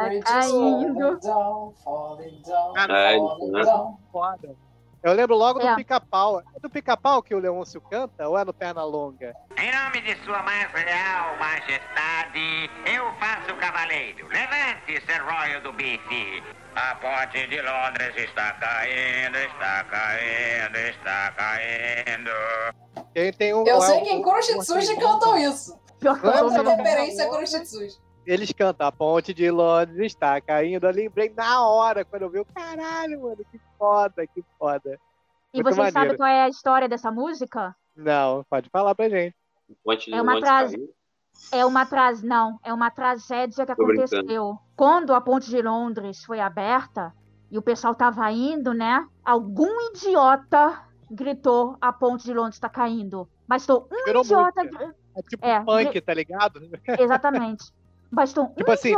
Foda. Eu lembro logo do Pica-Pau. É do Pica-Pau que o Leôncio canta ou é no Pernalonga? Em nome de sua mais real majestade, eu faço o cavaleiro. Levante, Sir Royal do Bife. A ponte de Londres está caindo, está caindo, está caindo. Eu sei que em Kuroshitsuji cantam isso. Essa referência é Kuroshitsuji. Eles cantam A Ponte de Londres está caindo. Eu lembrei na hora, quando eu vi o caralho, mano, que foda. E você sabe qual é a história dessa música? Não, pode falar pra gente. É uma tragédia que aconteceu. Quando a Ponte de Londres foi aberta e o pessoal tava indo, né? Algum idiota gritou: a Ponte de Londres tá caindo. Bastou um idiota... É tipo punk, tá ligado? Exatamente. Bastou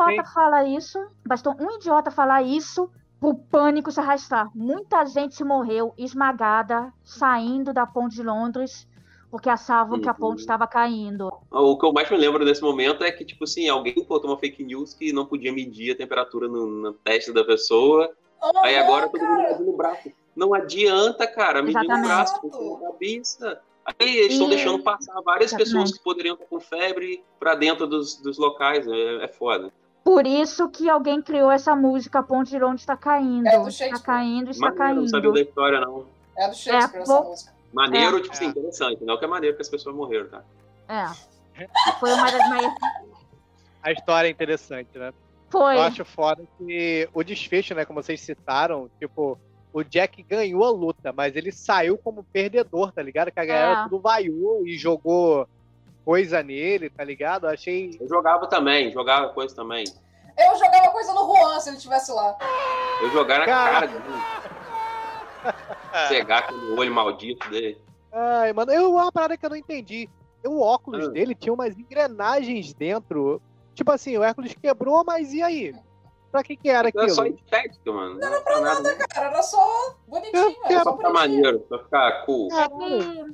um idiota falar isso pro pânico se arrastar. Muita gente morreu esmagada saindo da Ponte de Londres porque achavam que a ponte estava caindo. O que eu mais me lembro desse momento é que, tipo assim, alguém botou uma fake news que não podia medir a temperatura no teste da pessoa. Aí agora todo mundo medindo o braço. Não adianta, cara, medir no braço, na cabeça. Aí eles estão deixando passar várias pessoas que poderiam estar com febre pra dentro dos locais. É foda. Por isso que alguém criou essa música, A Ponte de Londres está caindo. É do Shakespeare. Está caindo, está Maneiro, caindo. Não sabia da história, não. É do Shakespeare essa música. Maneiro, tipo assim, interessante. Não que é maneiro que as pessoas morreram, tá? Foi uma das maiores... A história é interessante, né? Foi. Eu acho foda que o desfecho, né, como vocês citaram, tipo, o Jack ganhou a luta, mas ele saiu como perdedor, tá ligado? Que a galera tudo vaiou e jogou coisa nele, tá ligado? Eu achei... Eu jogava coisa também. Eu jogava coisa no Juan, se ele estivesse lá. Eu jogava na cara dele. Cegar aquele olho maldito dele. Ai, mano, uma parada que eu não entendi. O óculos dele tinha umas engrenagens dentro. Tipo assim, o Hércules quebrou, mas e aí? Pra que era aquilo? Era só estética, mano. Não era pra nada, cara. Era só bonitinho. Era só só pra bonitinho. maneiro, pra ficar cool. É que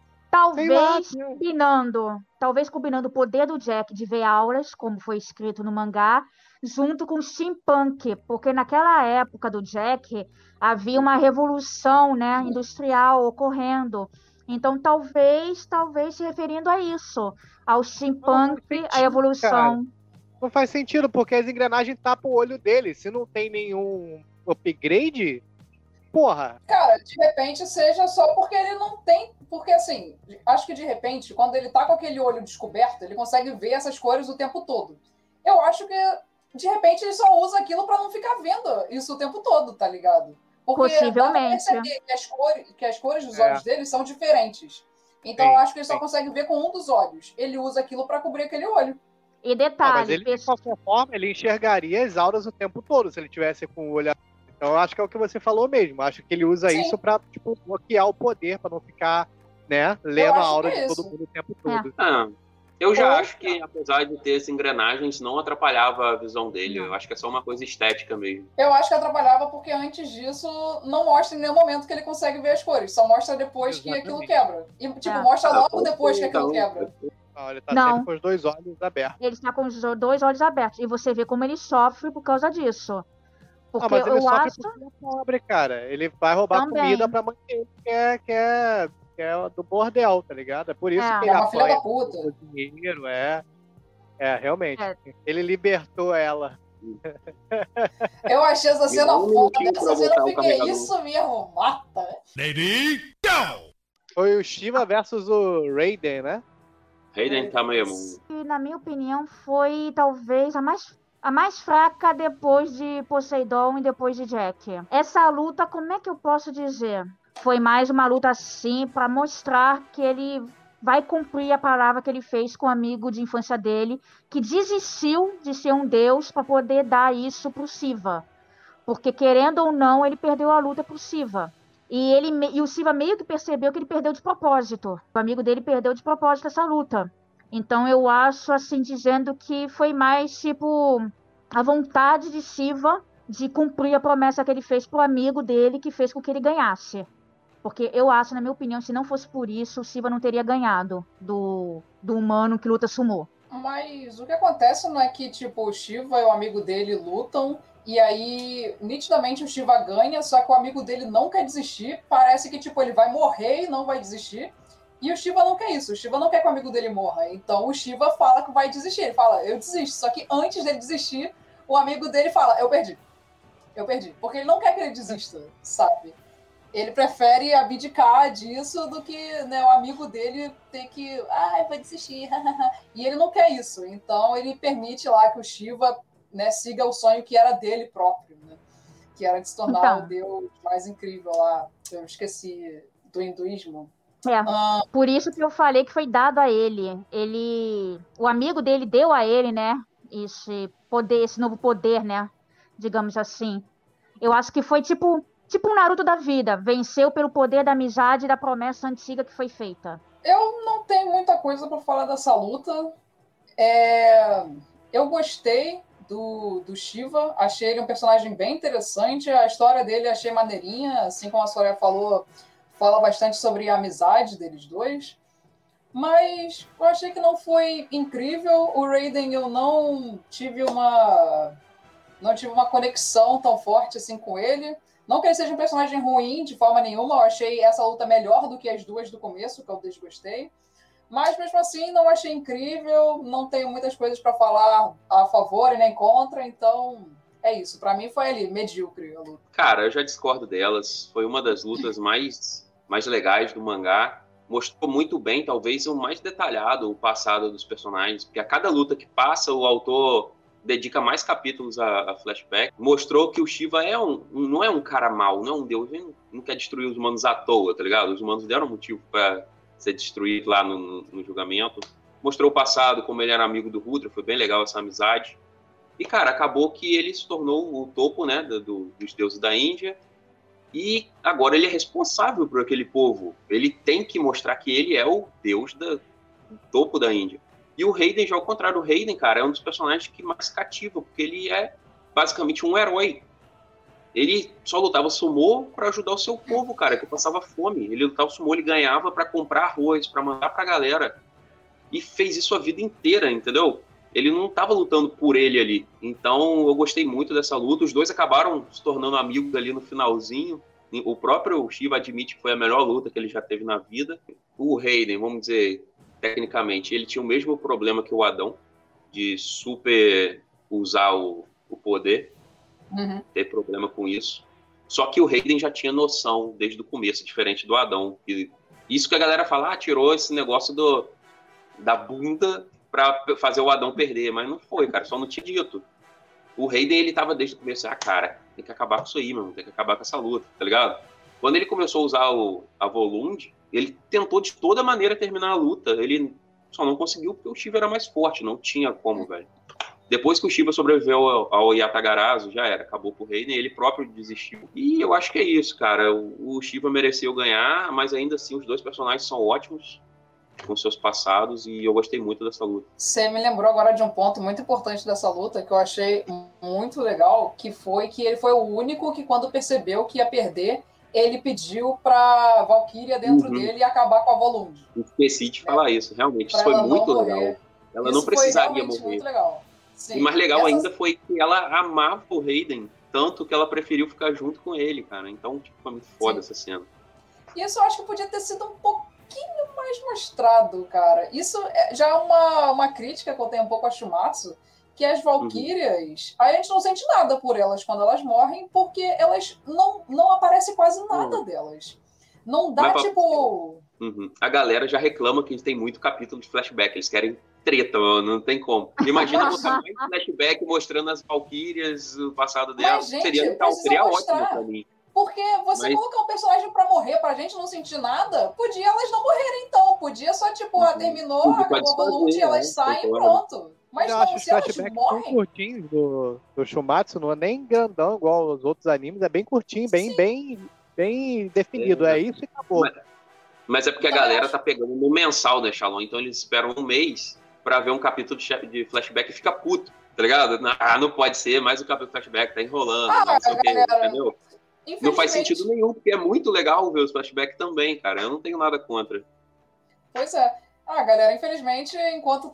talvez combinando o poder do Jack de ver auras, como foi escrito no mangá, junto com o steampunk, porque naquela época do Jack havia uma revolução, né, industrial ocorrendo. Então talvez se referindo a isso, ao steampunk, a evolução. Cara. Não faz sentido, porque as engrenagens tapam o olho dele. Se não tem nenhum upgrade, porra. Cara, de repente seja só porque ele não tem. Porque assim, acho que de repente, quando ele tá com aquele olho descoberto, ele consegue ver essas cores o tempo todo. Eu acho que, de repente, ele só usa aquilo pra não ficar vendo isso o tempo todo, tá ligado? Porque possivelmente. Dá pra perceber que as cores dos olhos dele são diferentes. Então eu acho que ele só consegue ver com um dos olhos. Ele usa aquilo pra cobrir aquele olho. E detalhe... mas ele, de qualquer forma, ele enxergaria as auras o tempo todo, se ele tivesse com o olho. Então eu acho que é o que você falou mesmo. Acho que ele usa isso pra, tipo, bloquear o poder, pra não ficar, né, lendo a aura de todo mundo o tempo todo. Eu já acho que, apesar de ter as engrenagens, não atrapalhava a visão dele. Eu acho que é só uma coisa estética mesmo. Eu acho que atrapalhava porque antes disso não mostra em nenhum momento que ele consegue ver as cores. Só mostra depois que aquilo quebra. E, tipo, mostra logo depois que aquilo quebra. Ele tá sempre com os dois olhos abertos. Ele está com os dois olhos abertos. E você vê como ele sofre por causa disso. Porque mas ele eu sofre acho... porque ele é pobre, cara. Ele vai roubar comida pra mãe dele, que é do bordel, tá ligado? É por isso que ele apanha o dinheiro, realmente. Ele libertou ela. Eu achei essa cena foda. Essa cena eu fiquei, isso mesmo, mata. Lady, go! Foi o Shiva versus o Raiden, né? Raiden tá mesmo. E, na minha opinião, foi talvez a mais fraca depois de Poseidon e depois de Jack. Essa luta, como é que eu posso dizer? Foi mais uma luta assim para mostrar que ele vai cumprir a palavra que ele fez com o amigo de infância dele, que desistiu de ser um deus para poder dar isso pro Shiva. Porque, querendo ou não, ele perdeu a luta pro Shiva. E o Shiva meio que percebeu que ele perdeu de propósito. O amigo dele perdeu de propósito essa luta. Então eu acho, assim, dizendo que foi mais, tipo, a vontade de Shiva de cumprir a promessa que ele fez pro amigo dele, que fez com que ele ganhasse. Porque eu acho, na minha opinião, se não fosse por isso, o Shiva não teria ganhado do humano que luta sumô. Mas o que acontece não é que, tipo, o Shiva e o amigo dele lutam, e aí, nitidamente, o Shiva ganha, só que o amigo dele não quer desistir. Parece que, tipo, ele vai morrer e não vai desistir. E o Shiva não quer isso. O Shiva não quer que o amigo dele morra. Então, o Shiva fala que vai desistir. Ele fala, eu desisto. Só que antes dele desistir, o amigo dele fala, eu perdi. Eu perdi. Porque ele não quer que ele desista, sabe? Ele prefere abdicar disso do que, né, o amigo dele ter que... eu vou desistir. E ele não quer isso. Então, ele permite lá que o Shiva... né, siga o sonho que era dele próprio, né? Que era de se tornar o deus mais incrível lá. Eu esqueci, do hinduísmo. Por isso que eu falei que foi dado a ele. O amigo dele deu a ele, né? Esse poder, esse novo poder, né? Digamos assim. Eu acho que foi tipo um Naruto da vida. Venceu pelo poder da amizade e da promessa antiga que foi feita. Eu não tenho muita coisa para falar dessa luta. Eu gostei do Shiva, achei ele um personagem bem interessante, a história dele achei maneirinha, assim como a Soraya falou, fala bastante sobre a amizade deles dois, mas eu achei que não foi incrível. O Raiden, eu não tive uma conexão tão forte assim com ele, não que ele seja um personagem ruim de forma nenhuma, eu achei essa luta melhor do que as duas do começo, que eu desgostei. Mas, mesmo assim, não achei incrível, não tenho muitas coisas para falar a favor e nem contra, então é isso. Para mim foi ali, medíocre a luta. Cara, eu já discordo delas. Foi uma das lutas mais legais do mangá. Mostrou muito bem, talvez, o mais detalhado, o passado dos personagens, porque a cada luta que passa, o autor dedica mais capítulos a flashback. Mostrou que o Shiva não é um cara mau, não é um deus, ele não quer destruir os humanos à toa, tá ligado? Os humanos deram motivo para ser destruído lá no julgamento. Mostrou o passado, como ele era amigo do Rudra, foi bem legal essa amizade. E, cara, acabou que ele se tornou o topo, né, dos deuses da Índia. E agora ele é responsável por aquele povo. Ele tem que mostrar que ele é o deus do topo da Índia. E o Raiden, já ao contrário, o Raiden, cara, é um dos personagens que mais cativa, porque ele é basicamente um herói. Ele só lutava sumô pra ajudar o seu povo, cara, que passava fome. Ele lutava sumô, ele ganhava pra comprar arroz, pra mandar pra galera. E fez isso a vida inteira, entendeu? Ele não tava lutando por ele ali. Então, eu gostei muito dessa luta. Os dois acabaram se tornando amigos ali no finalzinho. O próprio Shiva admite que foi a melhor luta que ele já teve na vida. O Raiden, vamos dizer, tecnicamente, ele tinha o mesmo problema que o Adão, de super usar o poder. Ter problema com isso. Só que o Raiden já tinha noção desde o começo, diferente do Adão. E isso que a galera fala, tirou esse negócio da bunda pra fazer o Adão perder, mas não foi, cara, só não tinha dito. O Raiden, ele tava desde o começo, cara, tem que acabar com isso aí, mano, tem que acabar com essa luta, tá ligado? Quando ele começou a usar a Volund, ele tentou de toda maneira terminar a luta, ele só não conseguiu porque o Shiva era mais forte, não tinha como, velho. Depois que o Shiva sobreviveu ao Yatagarasu, já era, acabou pro Raiden, ele próprio desistiu. E eu acho que é isso, cara, o Shiva mereceu ganhar, mas ainda assim os dois personagens são ótimos, com seus passados, e eu gostei muito dessa luta. Você me lembrou agora de um ponto muito importante dessa luta, que eu achei muito legal, que foi que ele foi o único que, quando percebeu que ia perder, ele pediu pra Valkyria dentro dele e acabar com a Volund. Esqueci de falar isso, realmente, isso foi muito legal. Ela não precisaria morrer. Muito legal. Sim. E mais legal ainda foi que ela amava o Raiden, tanto que ela preferiu ficar junto com ele, cara. Então, tipo, foi muito foda essa cena. Isso eu acho que podia ter sido um pouquinho mais mostrado, cara. Isso já é uma crítica que eu tenho um pouco a Shumatsu, que as Valkyrias, a gente não sente nada por elas quando elas morrem, porque elas não aparece quase nada delas. Não dá, tipo... A galera já reclama que tem muito capítulo de flashback, eles querem treta, mano, não tem como. Imagina botar mais flashback mostrando as Valkyrias, o passado delas, seria legal, seria ótimo pra mim. Porque você colocar um personagem pra morrer, pra gente não sentir nada, podia elas não morrerem então. Podia só, tipo, terminou, acabou a Volund, elas saem e pronto. Mas eu não, acho se elas flashbacks morrem... tão curtinhos do Shumatsu, não é nem grandão igual os outros animes, é bem curtinho, bem definido. É isso e acabou. Mas é porque a galera tá pegando no mensal, né, Shalom? Então eles esperam um mês pra ver um capítulo de flashback e fica puto, tá ligado? Não pode ser, mais um capítulo de flashback, tá enrolando, não sei o quê, entendeu? Não faz sentido nenhum, porque é muito legal ver os flashbacks também, cara. Eu não tenho nada contra. Pois é. Galera, infelizmente, enquanto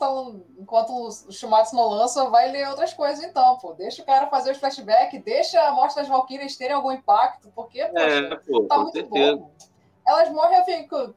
o Shumatsu não lança, vai ler outras coisas então, pô. Deixa o cara fazer os flashbacks, deixa a morte das Valkyrias terem algum impacto, porque, poxa, tá muito certeza. bom. Elas morrem, eu fico,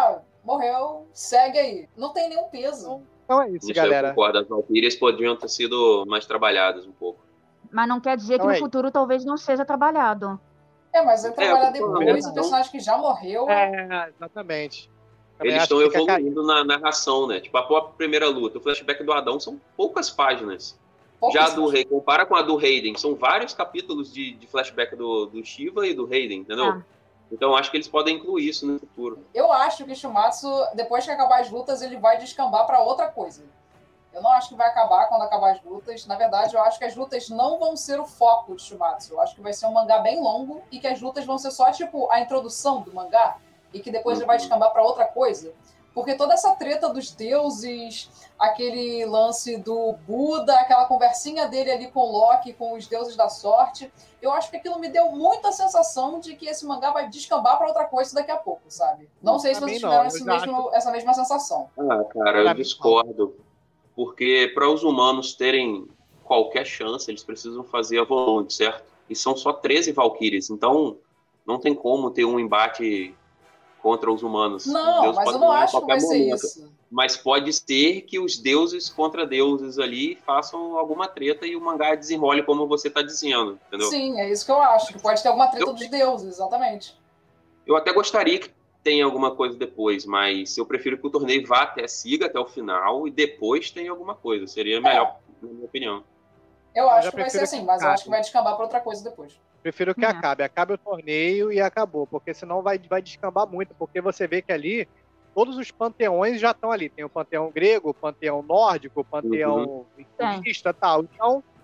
morreu, segue aí. Não tem nenhum peso. Então é isso, galera. Eu concordo, as Valkyrias poderiam ter sido mais trabalhadas um pouco. Mas não quer dizer que no futuro talvez não seja trabalhado. Mas trabalhar depois, o personagem que já morreu... Exatamente. Eles estão evoluindo na narração, né? Tipo, a própria primeira luta, o flashback do Adão são poucas páginas. Já a do Rei, compara com a do Raiden, são vários capítulos de flashback do Shiva e do Raiden, entendeu? Então acho que eles podem incluir isso no futuro. Eu acho que Shumatsu, depois que acabar as lutas, ele vai descambar pra outra coisa. Eu não acho que vai acabar quando acabar as lutas. Na verdade, eu acho que as lutas não vão ser o foco de Shumatsu. Eu acho que vai ser um mangá bem longo e que as lutas vão ser só, tipo, a introdução do mangá e que depois ele vai descambar pra outra coisa. Porque toda essa treta dos deuses, aquele lance do Buda, aquela conversinha dele ali com o Loki, com os deuses da sorte, eu acho que aquilo me deu muita sensação de que esse mangá vai descambar pra outra coisa daqui a pouco, sabe? Não sei se vocês tiveram essa mesma sensação. Cara, eu discordo. Porque para os humanos terem qualquer chance, eles precisam fazer a Volund, certo? E são só 13 Valkyries, então não tem como ter um embate contra os humanos. Não, mas eu não acho que vai ser isso. Mas pode ser que os deuses contra deuses ali façam alguma treta e o mangá desenrole como você está dizendo, entendeu? Sim, é isso que eu acho, que pode ter alguma treta dos deuses, exatamente. Eu até gostaria que tenha alguma coisa depois, mas eu prefiro que o torneio siga até o final e depois tenha alguma coisa. Seria melhor, na minha opinião. Eu acho que vai ser assim, mas eu acho que vai descambar para outra coisa depois. Prefiro que acabe o torneio e acabou, porque senão vai descambar muito, porque você vê que ali todos os panteões já estão ali. Tem o panteão grego, o panteão nórdico, o panteão hinduísta e tal. Então,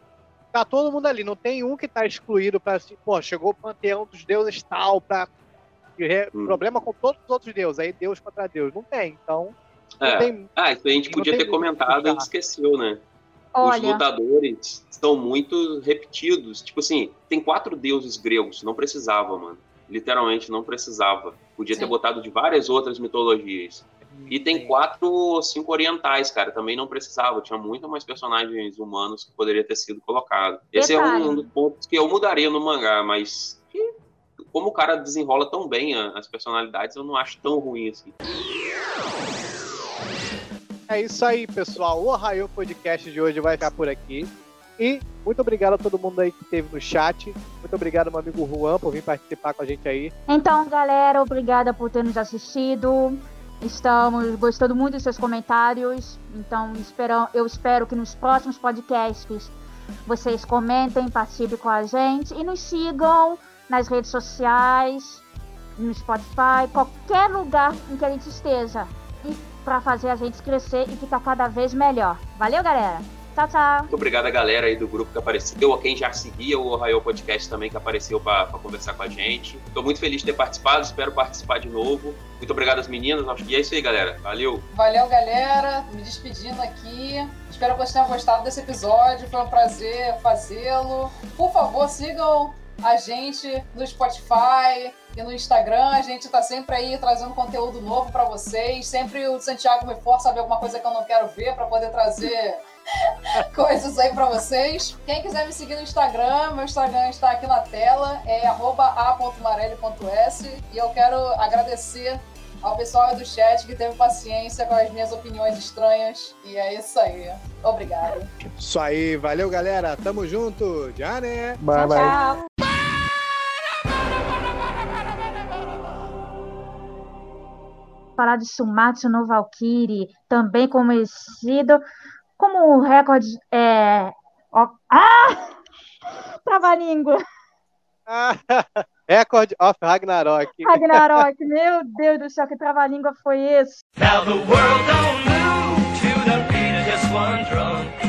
tá todo mundo ali, não tem um que tá excluído pra assim, pô, chegou o panteão dos deuses tal, pra problema com todos os outros deuses, aí Deus contra Deus, não tem, então... Não tem, isso a gente podia ter comentado e esqueceu, né? Olha, os lutadores são muito repetidos, tipo assim, tem 4 deuses gregos, não precisava, mano, literalmente não precisava, podia ter botado de várias outras mitologias. E tem 4 ou 5 orientais, cara, também não precisava. Tinha muito mais personagens humanos que poderia ter sido colocado. Esse é um dos pontos que eu mudaria no mangá, mas como o cara desenrola tão bem as personalidades, eu não acho tão ruim assim. É isso aí, pessoal. O Arraiô Podcast de hoje vai ficar por aqui. E muito obrigado a todo mundo aí que esteve no chat. Muito obrigado, meu amigo Juan, por vir participar com a gente aí. Então, galera, obrigada por ter nos assistido. Estamos gostando muito dos seus comentários. Então, eu espero que nos próximos podcasts vocês comentem, participem com a gente e nos sigam nas redes sociais, no Spotify, qualquer lugar em que a gente esteja. E para fazer a gente crescer e ficar cada vez melhor. Valeu, galera! Tchau, tchau! Muito obrigado a galera aí do grupo que apareceu, a quem já seguia o Arraiô Podcast também, que apareceu para conversar com a gente. Estou muito feliz de ter participado, espero participar de novo. Muito obrigado às meninas, e é isso aí, galera. Valeu! Valeu, galera! Me despedindo aqui. Espero que vocês tenham gostado desse episódio, foi um prazer fazê-lo. Por favor, sigam a gente no Spotify e no Instagram. A gente tá sempre aí trazendo conteúdo novo para vocês. Sempre o Santiago me força a ver alguma coisa que eu não quero ver para poder trazer coisas aí para vocês. Quem quiser me seguir no Instagram, meu Instagram está aqui na tela, é @a.marelli.s, e eu quero agradecer ao pessoal do chat que teve paciência com as minhas opiniões estranhas. E é isso aí. Obrigado. Isso aí. Valeu, galera. Tamo junto. Já, né? Bye, bye. Tchau. Falar de Sumatsu no Valkyrie, também conhecido como o recorde trava-língua. Record of Ragnarok. Ragnarok, meu Deus do céu, que trava-língua foi esse? Now the world don't move to the beat of just one drum.